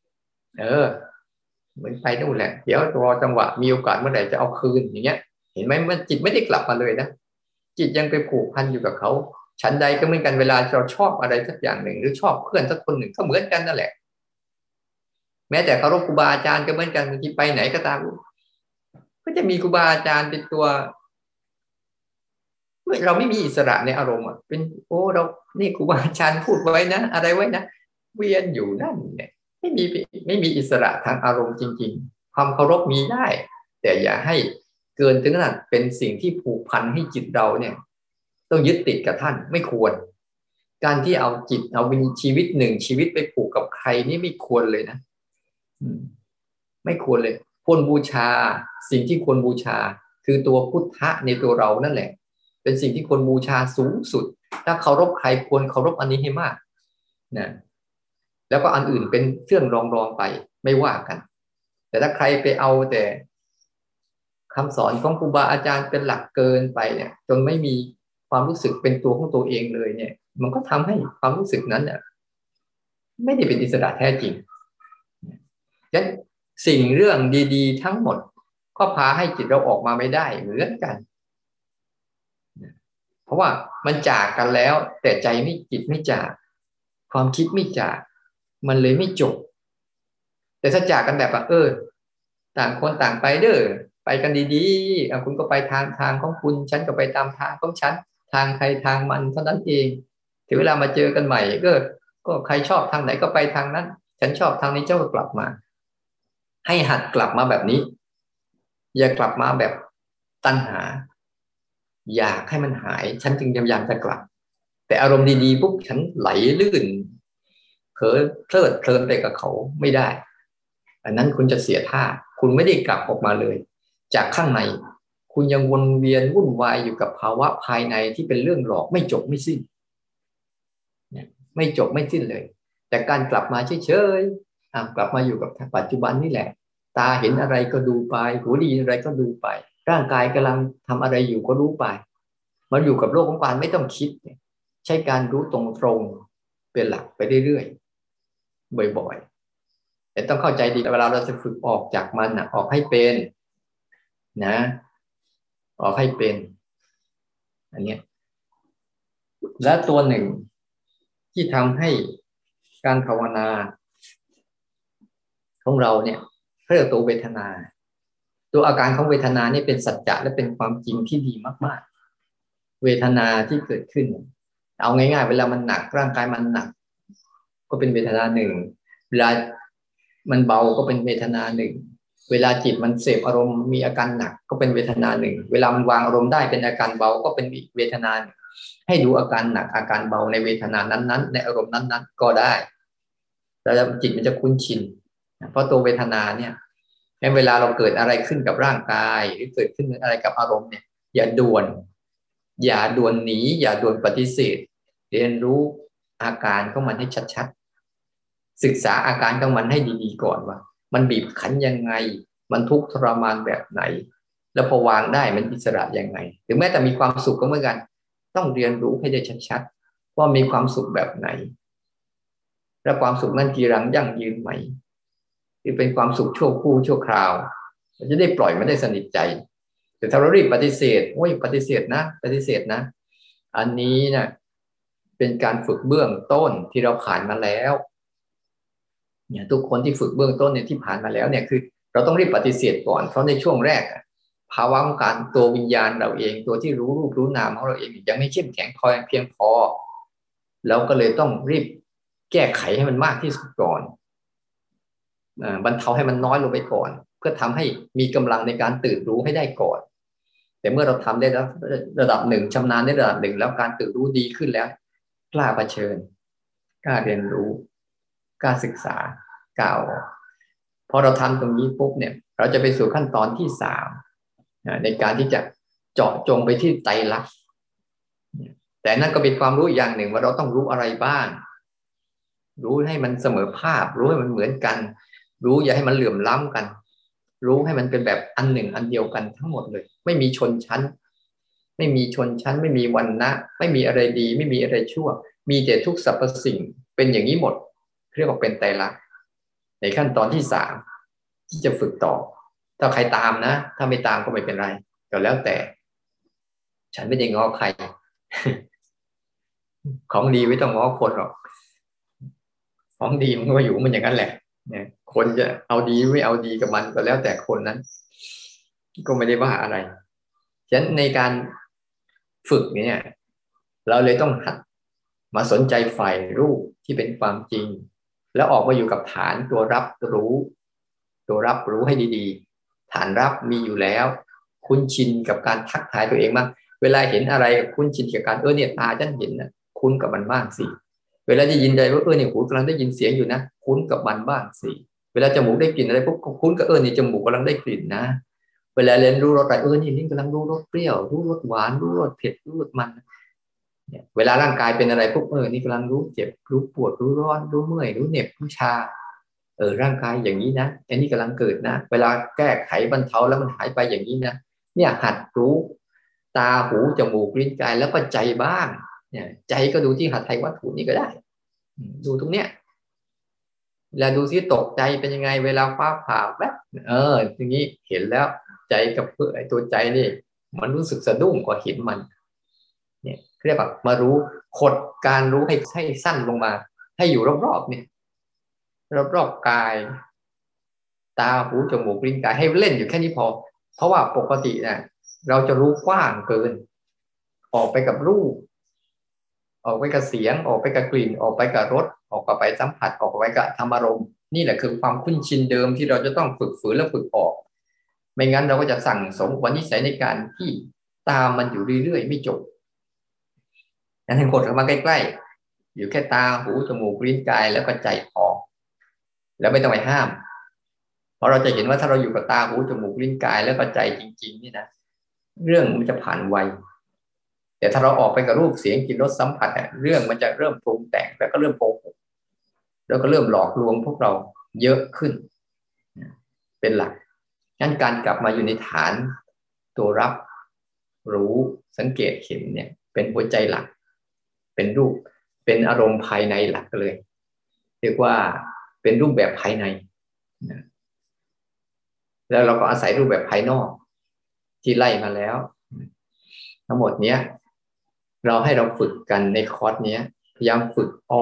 เหมือนไปนู่นแหละเดี๋ยวรอจังหวะมีโอกาสเมื่อไหร่จะเอาคืนอย่างเงี้ยเห็นไหมมันจิตไม่ได้กลับมาเลยนะจิตยังไปผูกพันอยู่กับเขาฉันใดก็เหมือนกันเวลาเราชอบอะไรสักอย่างหนึ่งหรือชอบเพื่อนสักคนหนึ่งก็เหมือนกันนั่นแหละแม้แต่เคารพครูบาอาจารย์ก็เหมือนกันบางทีไปไหนก็ตามก็จะมีครูบาอาจารย์เป็นตัวเราไม่มีอิสระในอารมณ์เป็นโอ้เรานี่ครูบาอาจารย์พูดไว้นะอะไรไว้นะเวียนอยู่นั่นเนี่ยไม่มีอิสระทางอารมณ์จริงๆความเคารพมีได้แต่อย่าให้เกินถึงขนาดเป็นสิ่งที่ผูกพันให้จิตเราเนี่ยต้องยึดติดกับท่านไม่ควรการที่เอาจิตเอาวิญชีวิตหนึ่งชีวิตไปผูกกับใครนี่ไม่ควรเลยนะไม่ควรเลยควรบูชาสิ่งที่ควรบูชาคือตัวพุทธะในตัวเรานั่นแหละเป็นสิ่งที่ควรบูชาสูงสุดถ้าเคารพใครควรเคารพอันนี้ให้มากนะแล้วก็อันอื่นเป็นเครื่องรองไปไม่ว่ากันแต่ถ้าใครไปเอาแต่คำสอนของครูบาอาจารย์เป็นหลักเกินไปเนี่ยจนไม่มีความรู้สึกเป็นตัวของตัวเองเลยเนี่ยมันก็ทำให้ความรู้สึกนั้นเนี่ยไม่ได้เป็นอิสระแท้จริงฉะนั้นสิ่งเรื่องดีๆทั้งหมดก็พาให้จิตเราออกมาไม่ได้เหมือนกันเพราะว่ามันจากกันแล้วแต่ใจไม่จิตไม่จากความคิดไม่จากมันเลยไม่จบแต่ถ้าจากกันแบบว่าต่างคนต่างไปเด้อไปกันดีๆคุณก็ไปทางของคุณฉันก็ไปตามทางของฉันทางใครทางมันเท่านั้นเองถึงเวลามาเจอกันใหม่ก็ใครชอบทางไหนก็ไปทางนั้นฉันชอบทางนี้เจ้าก็กลับมาให้หัดกลับมาแบบนี้อย่ากลับมาแบบตัณหาอยากให้มันหายฉันจึงพยายามจะกลับแต่อารมณ์ดีๆปุ๊บฉันไหลลื่นเผลอเพลิดเพลินไปกับเขาไม่ได้อันนั้นคุณจะเสียท่าคุณไม่ได้กลับออกมาเลยจากข้างในคุณยังวนเวียนวุ่นวายอยู่กับภาวะภายในที่เป็นเรื่องหลอกไม่จบไม่สิ้นไม่จบไม่สิ้นเลยแต่การกลับมาเฉยๆกลับมาอยู่กับปัจจุบันนี่แหละตาเห็นอะไรก็ดูไปหูได้ยินอะไรก็ดูไปร่างกายกำลังทำอะไรอยู่ก็รู้ไปมาอยู่กับโลกของการไม่ต้องคิดใช้การรู้ตรงๆเป็นหลักไปเรื่อยๆบ่อยๆแต่ต้องเข้าใจดีเวลาเราจะฝึกออกจากมันออกให้เป็นนะออกให้เป็นอันนี้และตัวหนึ่งที่ทำให้การภาวนาของเราเนี่ยเรียกตัวเวทนาตัวอาการของเวทนานี่เป็นสัจจะและเป็นความจริงที่ดีมากๆเวทนาที่เกิดขึ้นเอาง่ายๆเวลามันหนักร่างกายมันหนักก็เป็นเวทนาหนึ่งเวลามันเบาก็เป็นเวทนาหนึ่งเวลาจิตมันเสพอารมณ์มีอาการหนักก็เป็นเวทนาหนึ่งเวลามันวางอารมณ์ได้เป็นอาการเบาก็เป็นอีกเวทนาหนึ่งให้ดูอาการหนักอาการเบาในเวทนานั้นๆในอารมณ์นั้นๆก็ได้แล้วจิตมันจะคุ้นชินเพราะตัวเวทนาเนี่ยเวลาเราเกิดอะไรขึ้นกับร่างกายหรือเกิดขึ้นอะไรกับอารมณ์เนี่ยอย่าด่วนหนีอย่าด่วนปฏิเสธเรียนรู้อาการของมันให้ชัดๆศึกษาอาการของมันให้ดีๆก่อนว่ามันบีบคั้นยังไงมันทุกข์ทรมานแบบไหนแล้วพอวางได้มันอิสระยังไงหรือแม้แต่มีความสุขก็เหมือนกันต้องเรียนรู้ให้ได้ชัดๆว่ามีความสุขแบบไหนและความสุขนั้นกีรังยั่งยืนไหมหรือเป็นความสุขชั่วครู่ชั่วคราวมันจะได้ปล่อยมันได้สนิทใจแต่ถ้าเรารีบปฏิเสธโอ้ยปฏิเสธนะอันนี้นะเป็นการฝึกเบื้องต้นที่เราผ่านมาแล้วเนี่ยทุกคนที่ฝึกเบื้องต้นเนี่ยที่ผ่านมาแล้วเนี่ยคือเราต้องรีบปฏิเสธก่อนเพราะในช่วงแรกภาวะของการตัววิญญาณเราเองตัวที่รู้รูปรู้นามของเราเองยังไม่เข้มแข็งพอเพียงพอเราก็เลยต้องรีบแก้ไขให้มันมากที่สุดก่อนบรรเทาให้มันน้อยลงไปก่อนเพื่อทำให้มีกำลังในการตื่นรู้ให้ได้ก่อนแต่เมื่อเราทำได้ระดับหนึ่งชำนาญในระดับหนึ่งแล้วการตื่นรู้ดีขึ้นแล้วกล้าเผชิญกล้าเรียนรู้กล้าศึกษากล้าพอเราทำตรงนี้ปุ๊บเนี่ยเราจะไปสู่ขั้นตอนที่สามในการที่จะเจาะจงไปที่ไตรลักษณ์แต่นั่นก็เป็นความรู้อย่างหนึ่งว่าเราต้องรู้อะไรบ้างรู้ให้มันเสมอภาพรู้ให้มันเหมือนกันรู้อย่าให้มันเหลื่อมล้ำกันรู้ให้มันเป็นแบบอันหนึ่งอันเดียวกันทั้งหมดเลยไม่มีชนชั้นไม่มีวรรณะไม่มีอะไรดีไม่มีอะไรชั่วมีแต่ทุกสรรพสิ่งเป็นอย่างนี้หมดเรียกว่าเป็นไตรลักษณ์ในขั้นตอนที่สามที่จะฝึกต่อถ้าใครตามนะถ้าไม่ตามก็ไม่เป็นไรก็แล้วแต่ฉันไม่ได้ง้อใครของดีไม่ต้องง้อคนหรอกของดีมันก็อยู่มันอย่างนั้นแหละเนี่ยคนจะเอาดีไม่เอาดีกับมันก็แล้วแต่คนนั้นก็ไม่ได้ว่าอะไรฉะนั้นในการฝึกเนี่ยเราเลยต้องหัดมาสนใจฝ่ายรูปที่เป็นความจริงแล้วออกมาอยู่กับฐานตัวรับรู้ตัวรับรู้ให้ดีๆฐานรับมีอยู่แล้วคุ้นชินกับการทักทายตัวเองบ้างเวลาเห็นอะไรคุ้นชินกับการเนี่ยตาฉันเห็นนะคุ้นกับมันบ้างสิเวลาได้ยินใจว่าเนี่ยหูกำลังได้ยินเสียงอยู่นะคุ้นกับมันบ้างสิเวลาจมูกได้กลิ่นอะไรปุ๊บคุ้นกับนี่จมูกกำลังได้กลิ่นนะเวลาเรียนรู้รสอะไรนี่ลิ้นกำลังรู้รสเปรี้ยวรู้รสหวานรู้รสเผ็ดรู้รสมันเนี่ยเวลาร่างกายเป็นอะไรปุ๊บนี่กำลังรู้เจ็บรู้ปวดรู้ร้อนรู้เมื่อยรู้เหน็บรู้ชาร่างกายอย่างนี้นะอันนี้กำลังเกิดนะเวลาแก้ไขบรรเทาแล้วมันหายไปอย่างนี้นะเนี่ยหัดรู้ตาหูจมูกลิ้นกายแล้วก็ใจบ้างเนี่ยใจก็ดูที่หัตถ์ไทยวัตถุนี้ก็ได้ดูตรงเนี้ยแล้วดูซิตกใจเป็นยังไงเวลาฟ้าผ่าแบบทีนี้เห็นแล้วใจกับไอ้ตัวใจนี่มันรู้สึกสะดุ้งกว่าเห็นมันเนี่ยเรียกว่ามารู้ขดการรู้ให้สั้นลงมาให้อยู่รอบๆเนี่ยรอบๆกายตาหูจมูกลิ้นกายให้เล่นอยู่แค่นี้พอเพราะว่าปกติเนี่ยเราจะรู้กว้างเกินออกไปกับรูปออกไปกับเสียงออกไปกับกลิ่นออกไปกับรสออกไปสัมผัสออกไปกับธรรมารมณ์นี่แหละคือความคุ้นชินเดิมที่เราจะต้องฝึกฝืนและฝึกออกไม่งั้นเราก็จะสั่งสมวันนิสัยในการที่ตามมันอยู่เรื่อยๆไม่จบนั้นให้กดเข้ามาใกล้ๆอยู่แค่ตาหูจมูกลิ้นกายแล้วก็ใจพอแล้วไม่ต้องไปห้ามเพราะเราจะเห็นว่าถ้าเราอยู่กับตาหูจมูกลิ้นกายแล้วก็ใจจริงๆนี่นะเรื่องมันจะผ่านไวแต่ถ้าเราออกไปกับรูปเสียงกลิ่นรสสัมผัสเรื่องมันจะเริ่มปรุงแต่งแล้วก็เริ่มโกหกแล้วก็เริ่มหลอกลวงพวกเราเยอะขึ้นเป็นหลักงั้นการกลับมาอยู่ในฐานตัวรับรู้สังเกตเห็นเนี่ยเป็นหัวใจหลักเป็นรูปเป็นอารมณ์ภายในหลักเลยเรียกว่าเป็นรูปแบบภายในแล้วเราก็อาศัยรูปแบบภายนอกที่ไล่มาแล้วทั้งหมดเนี้ยเราให้เราฝึกกันในคอร์สเนี้ยพยายามฝึกอ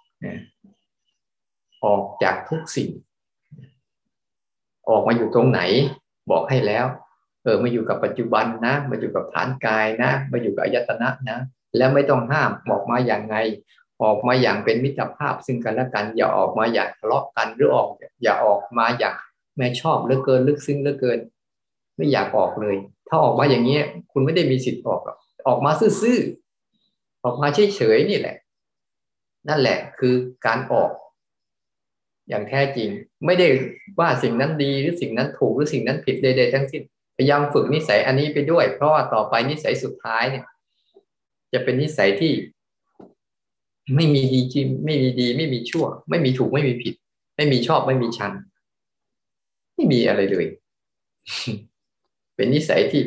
อกจากทุกสิ่งออกมาอยู่ตรงไหนบอกให้แล้วมาอยู่กับปัจจุบันนะมาอยู่กับฐานกายนะมาอยู่กับอายตนะนะแล้วไม่ต้องห้ามออกมาอย่างไงออกมาอย่างเป็นมิตรภาพซึ่งกันและกันอย่าออกมาอย่างทะเลาะกันหรืออย่าออกมาอย่างแม่ชอบเหลือเกินลึกซึ้งเหลือเกินไม่อยากออกเลยถ้าออกมาอย่างนี้คุณไม่ได้มีสิทธิ์ออกมาซื่อๆออกมาเฉยๆนี่แหละนั่นแหละคือการออกอย่างแท้จริงไม่ได้ว่าสิ่งนั้นดีหรือสิ่งนั้นถูกหรือสิ่งนั้นผิดใดๆทั้งสิ้นพยายามฝึกนิสัยอันนี้ไปด้วยเพราะว่าต่อไปนิสัยสุดท้ายเนี่ยจะเป็นนิสัยที่ไม่มีดีจริงไม่มีดีไม่มีชั่วไม่มีถูกไม่มีผิดไม่มีชอบไม่มีชังไม่มีอะไรเลยเป็นนิสัยที่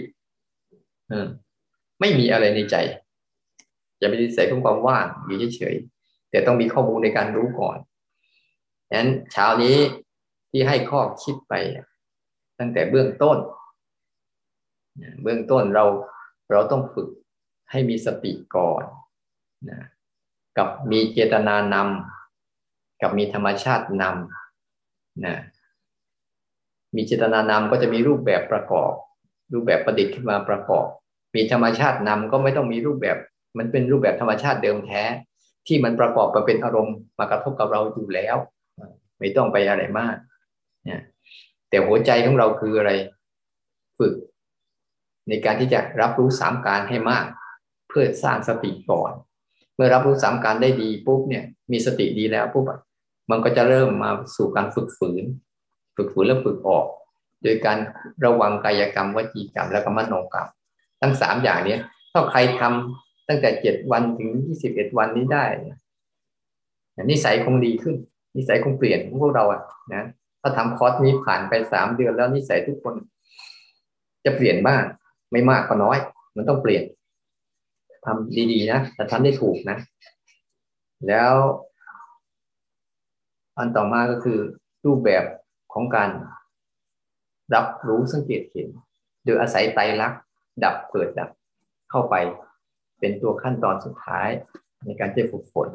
ไม่มีอะไรในใจจะเป็นนิสัยของความว่างอยู่เฉยๆแต่ต้องมีข้อมูลในการรู้ก่อนฉะนั้นเช้านี้ที่ให้ข้อคิดไปตั้งแต่เบื้องต้นเราต้องฝึกให้มีสติก่อนนะกับมีเจตนานำกับมีธรรมชาตินำนะมีเจตนานำก็จะมีรูปแบบประกอบรูปแบบประดิษฐ์ขึ้นมาประกอบมีธรรมชาตินำก็ไม่ต้องมีรูปแบบมันเป็นรูปแบบธรรมชาติเดิมแท้ที่มันประกอบมาเป็นอารมณ์มากระทบกับเราอยู่แล้วไม่ต้องไปอะไรมากนะแต่หัวใจของเราคืออะไรฝึกในการที่จะรับรู้สามการให้มากเพื่อสร้างสติก่อนเมื่อรับรู้สามการได้ดีปุ๊บเนี่ยมีสติดีแล้วปุ๊บมันก็จะเริ่มมาสู่การฝึกฝืนแล้วฝึกออกโดยการระวังกายกรรมวจีกรรมและก็มโนกรรมทั้ง3อย่างนี้ถ้าใครทำตั้งแต่7 วันถึง21 วันนี้ได้นิสัยคงดีขึ้นนิสัยคงเปลี่ยนของพวกเรานะถ้าทำคอร์สนี้ผ่านไป3 เดือนแล้วนิสัยทุกคนจะเปลี่ยนบ้างไม่มากก็น้อยมันต้องเปลี่ยนทำดีๆนะแต่ทำได้ถูกนะแล้วอันต่อมาก็คือรูปแบบของการรับรู้สังเกตเห็นโดยอาศัยไตรลักษณ์ดับเกิดดับเข้าไปเป็นตัวขั้นตอนสุดท้ายในการจะฝึกฝน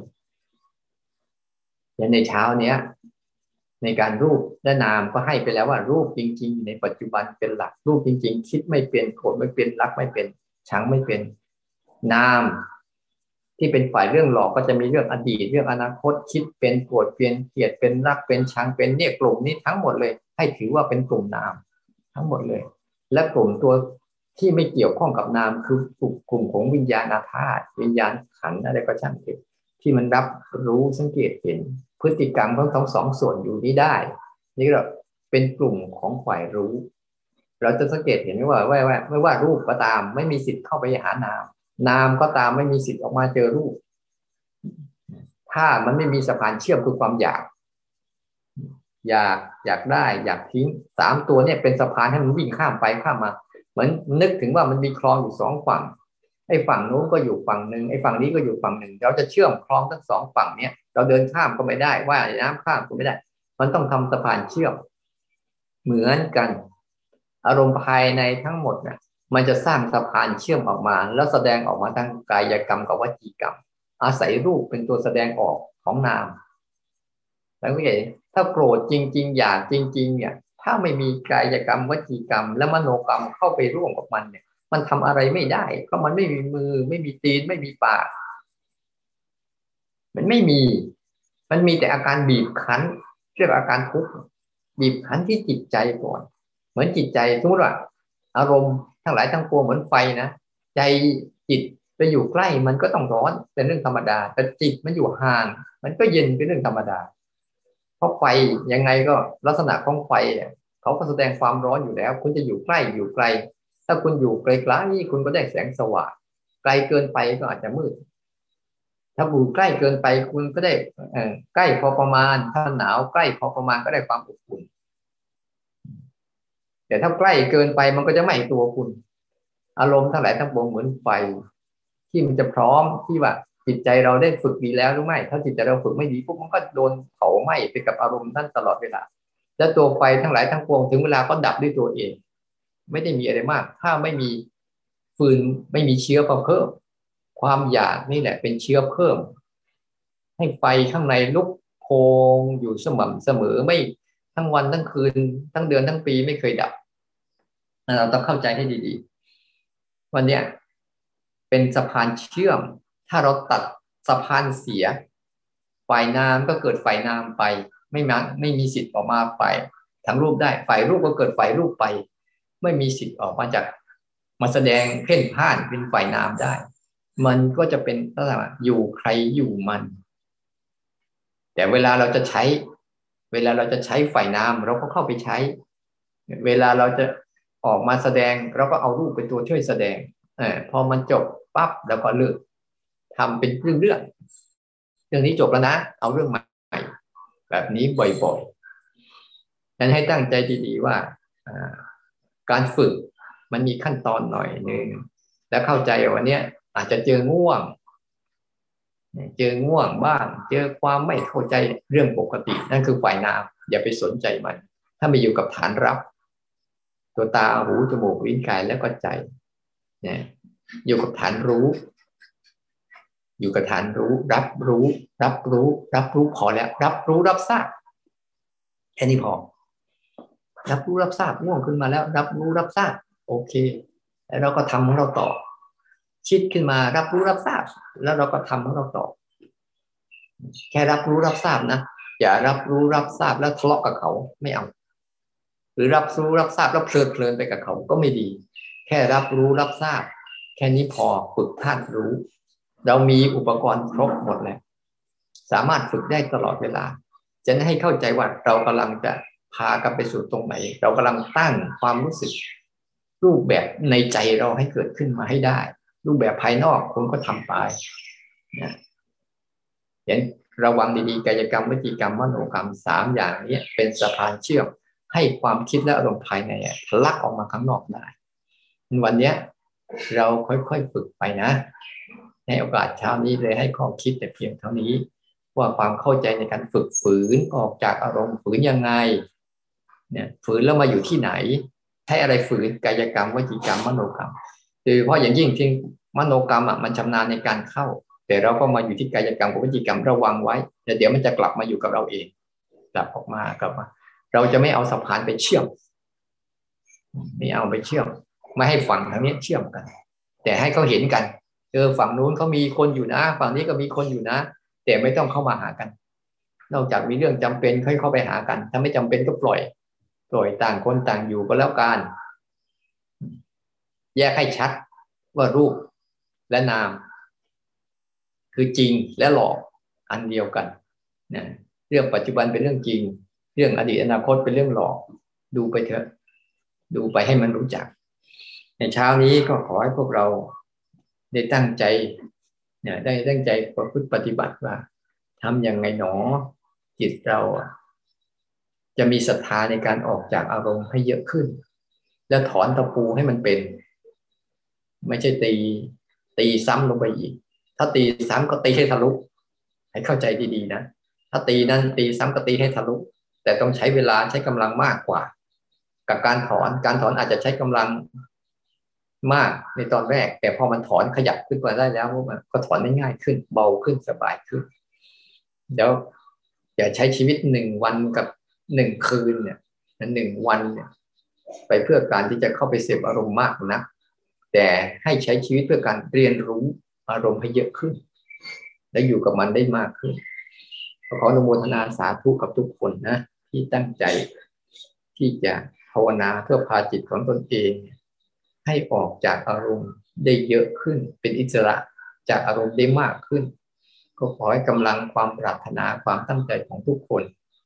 ในเช้าเนี้ยในการรูปและนามก็ให้ไปแล้วว่ารูปจริงๆในปัจจุบันเป็นหลักรูปจริงๆคิดไม่เป็นโกรธไม่เป็นรักไม่เป็นชังไม่เป็นนามที่เป็นฝ่ายเรื่องหลอกก็จะมีเรื่องอดีตเรื่องอนาคตคิดเป็นโกรธเป็นเกลียดเป็นรักเป็นชังเป็นเนี่ยกลุ่มนี้ทั้งหมดเลยให้ถือว่าเป็นกลุ่มนามทั้งหมดเลยและกลุ่มตัวที่ไม่เกี่ยวข้องกับนามคือกลุ่มของวิญญาณธาตุวิญญาณขันธ์อะไรก็ช่างเถอะที่มันรับรู้สังเกตเห็นพฤติกรรมของทั้งสองส่วนอยู่นี้ได้นี่เราเป็นกลุ่มของฝ่ายรู้เราจะสังเกตเห็นว่าไม่ว่ารูปก็ตามไม่มีสิทธิ์เข้าไปหานามนามก็ตามไม่มีสิทธิ์ออกมาเจอรูปถ้ามันไม่มีสะพานเชื่อมคือความอยากได้อยากทิ้งสามตัวเนี่ยเป็นสะพานให้มันวิ่งข้ามไปข้ามมาเหมือนนึกถึงว่ามันมีคลองอยู่สองฝั่งไอ้ฝั่งนู้นก็อยู่ฝั่งหนึ่งไอ้ฝั่งนี้ก็อยู่ฝั่งหนึ่งเราจะเชื่อมคลองทั้งสองฝั่งเนี่ยเราเดินข้ามก็ไม่ได้ว่ายน้ำข้ามก็ไม่ได้มันต้องทำสะพานเชื่อมเหมือนกันอารมณ์ภายในทั้งหมดเนี่ยมันจะสร้างสะพานเชื่อมออกมาแล้วแสดงออกมาทางกายกรรมกับวจีกรรมอาศัยรูปเป็นตัวแสดงออกของนามแล้วก็เห็นถ้าโกรธจริงๆอยากจริงๆเนี่ยถ้าไม่มีกายกรรมวจีกรรมและมโนกรรมเข้าไปร่วมกับมันเนี่ยมันทำอะไรไม่ได้เพราะมันไม่มีมือไม่มีตีนไม่มีปากมันไม่มีมันมีแต่อาการบีบคั้นเรียกอาการทุกข์บีบคั้นที่จิตใจก่อนเหมือนจิตใจสมมติว่าอารมณ์ทั้งหลายทั้งปวงเหมือนไฟนะใจจิตไปอยู่ใกล้มันก็ต้องร้อนเป็นเรื่องธรรมดาแต่จิตมันอยู่ห่างมันก็เย็นเป็นเรื่องธรรมดาเพราะไฟยังไงก็ลักษณะของไฟเนี่ยเขาก็แสดงความร้อนอยู่แล้วคุณจะอยู่ใกล้อยู่ไกลถ้าคุณอยู่ไกลๆคุณก็ได้แสงสว่างไกลเกินไปก็อาจจะมืดถ้าอยู่ใกล้เกินไปคุณก็ได้ใกล้พอประมาณถ้าหนาวใกล้พอประมาณก็ได้ความอบอุ่นแต่ถ้าใกล้เกินไปมันก็จะไหม้ตัวคุณอารมณ์ทั้งหลายทั้งปวงเหมือนไฟที่มันจะพร้อมที่ว่าจิตใจเราได้ฝึกดีแล้วหรือไม่ถ้าจิตใจเราฝึกไม่ดีปุ๊บมันก็โดนเผาไหม้ไปกับอารมณ์นั้นตลอดเวลาและตัวไฟทั้งหลายทั้งปวงถึงเวลาก็ดับด้วยตัวเองไม่ได้มีอะไรมากถ้าไม่มีฟืนไม่มีเชื้อมาเพิ่มความอยากนี่แหละเป็นเชื้อเพิ่มให้ไฟข้างในลุกโพงอยู่สม่ำเสมอไม่ทั้งวันทั้งคืนทั้งเดือนทั้งปีไม่เคยดับเราต้องเข้าใจให้ดีๆวันนี้เป็นสะพานเชื่อมถ้าเราตัดสะพานเสียฝ่ายนามก็เกิดฝ่ายนามไปไม่มีสิทธิ์ออกมาฝ่ายทั้งรูปได้ฝ่ายรูปก็เกิดฝ่ายรูปไปไม่มีสิทธิ์ออกมาจากมาแสดงเพ่นพ่านเป็นฝ่ายนามได้มันก็จะเป็นลักษณะอยู่ใครอยู่มันแต่เวลาเราจะใช้ฝ่ายนามเราก็เข้าไปใช้เวลาเราจะออกมาแสดงเราก็เอารูปเป็นตัวช่วยแสดงพอมันจบปั๊บแล้วก็เลิกทำเป็นเรื่องนี้จบแล้วนะเอาเรื่องใหม่แบบนี้บ่อยๆฉะนั้นให้ตั้งใจดีๆว่าการฝึกมันมีขั้นตอนหน่อยนึงแล้วเข้าใจวันนี้อาจจะเจอง่วงบ้างเจอความไม่เข้าใจเรื่องปกตินั่นคือฝ่ายนามอย่าไปสนใจมันถ้าไปอยู่กับฐานรับตัวตาหูจมูกลิ้นกายแล้วก็ใจเนี่ยอยู่กับฐานรู้อยู่กับฐานรู้รับรู้พอแล้วรับรู้รับทราบแค่นี้พอรับรู้รับทราบง่วงขึ้นมาแล้วรับรู้รับทราบโอเคแล้วเราก็ทำของเราต่อคิดขึ้นมารับรู้รับทราบแล้วเราก็ทำของเราต่อแค่รับรู้รับทราบนะอย่ารับรู้รับทราบแล้วทะเลาะกับเขาไม่เอาหรือรับรู้รับทราบแล้วเพลินไปกับเขาก็ไม่ดีแค่รับรู้รับทราบแค่นี้พอฝึกธาตุรู้เรามีอุปกรณ์ครบหมดแล้วสามารถฝึกได้ตลอดเวลาจะให้เข้าใจว่าเรากำลังจะพากันไปสู่ตรงไหนเรากำลังตั้งความรู้สึกรูปแบบในใจเราให้เกิดขึ้นมาให้ได้รูปแบบภายนอกคุณก็ทำไปนะอย่างระวังดีๆกายกรรมวจีกรรมมโนกรรม3อย่างนี้เป็นสะพานเชื่อมให้ความคิดและอารมณ์ภายในทะลักออกมาข้างนอกได้วันนี้เราค่อยๆฝึกไปนะในโอกาสเช้านี้เลยให้ข้อคิดแต่เพียงเท่านี้ว่าความเข้าใจในการฝึกฝืนออกจากอารมณ์ฝืนยังไงเนี่ยฝืนแล้วมาอยู่ที่ไหนใช้อะไรฝืนกายกรรมวจีกรรมมโนกรรมโดยเฉพาะอย่างยิ่งที่มโนกรรมมันชำนาญในการเข้าแต่เราก็มาอยู่ที่กายกรรมกับวจีกรรมระวังไว้แต่เดี๋ยวมันจะกลับมาอยู่กับเราเองกลับออกมากลับมาเราจะไม่เอาสะพานไปเชื่อมไม่เอาไปเชื่อมไม่ให้ฝั่งทางนี้เชื่อมกันแต่ให้เขาเห็นกันฝั่งนู้นเขามีคนอยู่นะฝั่งนี้ก็มีคนอยู่นะแต่ไม่ต้องเข้ามาหากันนอกจากมีเรื่องจำเป็นค่อยเข้าไปหากันถ้าไม่จำเป็นก็ปล่อยต่างคนต่างอยู่ก็แล้วกันแยกให้ชัดว่ารูปและนามคือจริงและหลอกอันเดียวกันนะเรื่องปัจจุบันเป็นเรื่องจริงเรื่องอดีตอนาคตเป็นเรื่องหลอกดูไปเถอะดูไปให้มันรู้จักในเช้านี้ก็ขอให้พวกเราได้ตั้งใจเนี่ยได้ตั้งใจประพฤติปฏิบัติว่าทำยังไงหนอจิตเราจะมีศรัทธาในการออกจากอารมณ์ให้เยอะขึ้นและถอนตะปูให้มันเป็นไม่ใช่ตีซ้ำลงไปอีกถ้าตีซ้ำก็ตีให้ทะลุให้เข้าใจดีๆนะถ้าตีนั้นตีซ้ำก็ตีให้ทะลุแต่ต้องใช้เวลาใช้กำลังมากกว่ากับการถอนอาจจะใช้กำลังมากในตอนแรกแต่พอมันถอนขยับขึ้นมาได้แล้วมันก็ถอนได้ง่ายขึ้นเบาขึ้นสบายขึ้นแล้วอย่าใช้ชีวิต1 วันกับ1 คืนเนี่ย1 วันเนี่ยไปเพื่อการที่จะเข้าไปเสพอารมณ์มากนะแต่ให้ใช้ชีวิตเพื่อการเรียนรู้อารมณ์ให้เยอะขึ้นและอยู่กับมันได้มากขึ้นขออนุโมทนาสาธุกับทุกคนนะที่ตั้งใจที่จะภาวนาเพื่อพาจิตของตนเองให้ออกจากอารมณ์ได้เยอะขึ้นเป็นอิสระจากอารมณ์ได้มากขึ้นก็ขอให้กำลังความปรารถนาความตั้งใจของทุกคน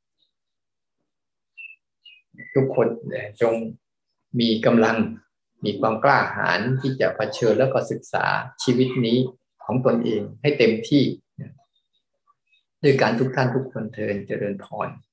จงมีกำลังมีความกล้าหาญที่จะเผชิญแล้วก็ศึกษาชีวิตนี้ของตนเองให้เต็มที่ด้วยการทุกท่านทุกคนเทินเจริญพร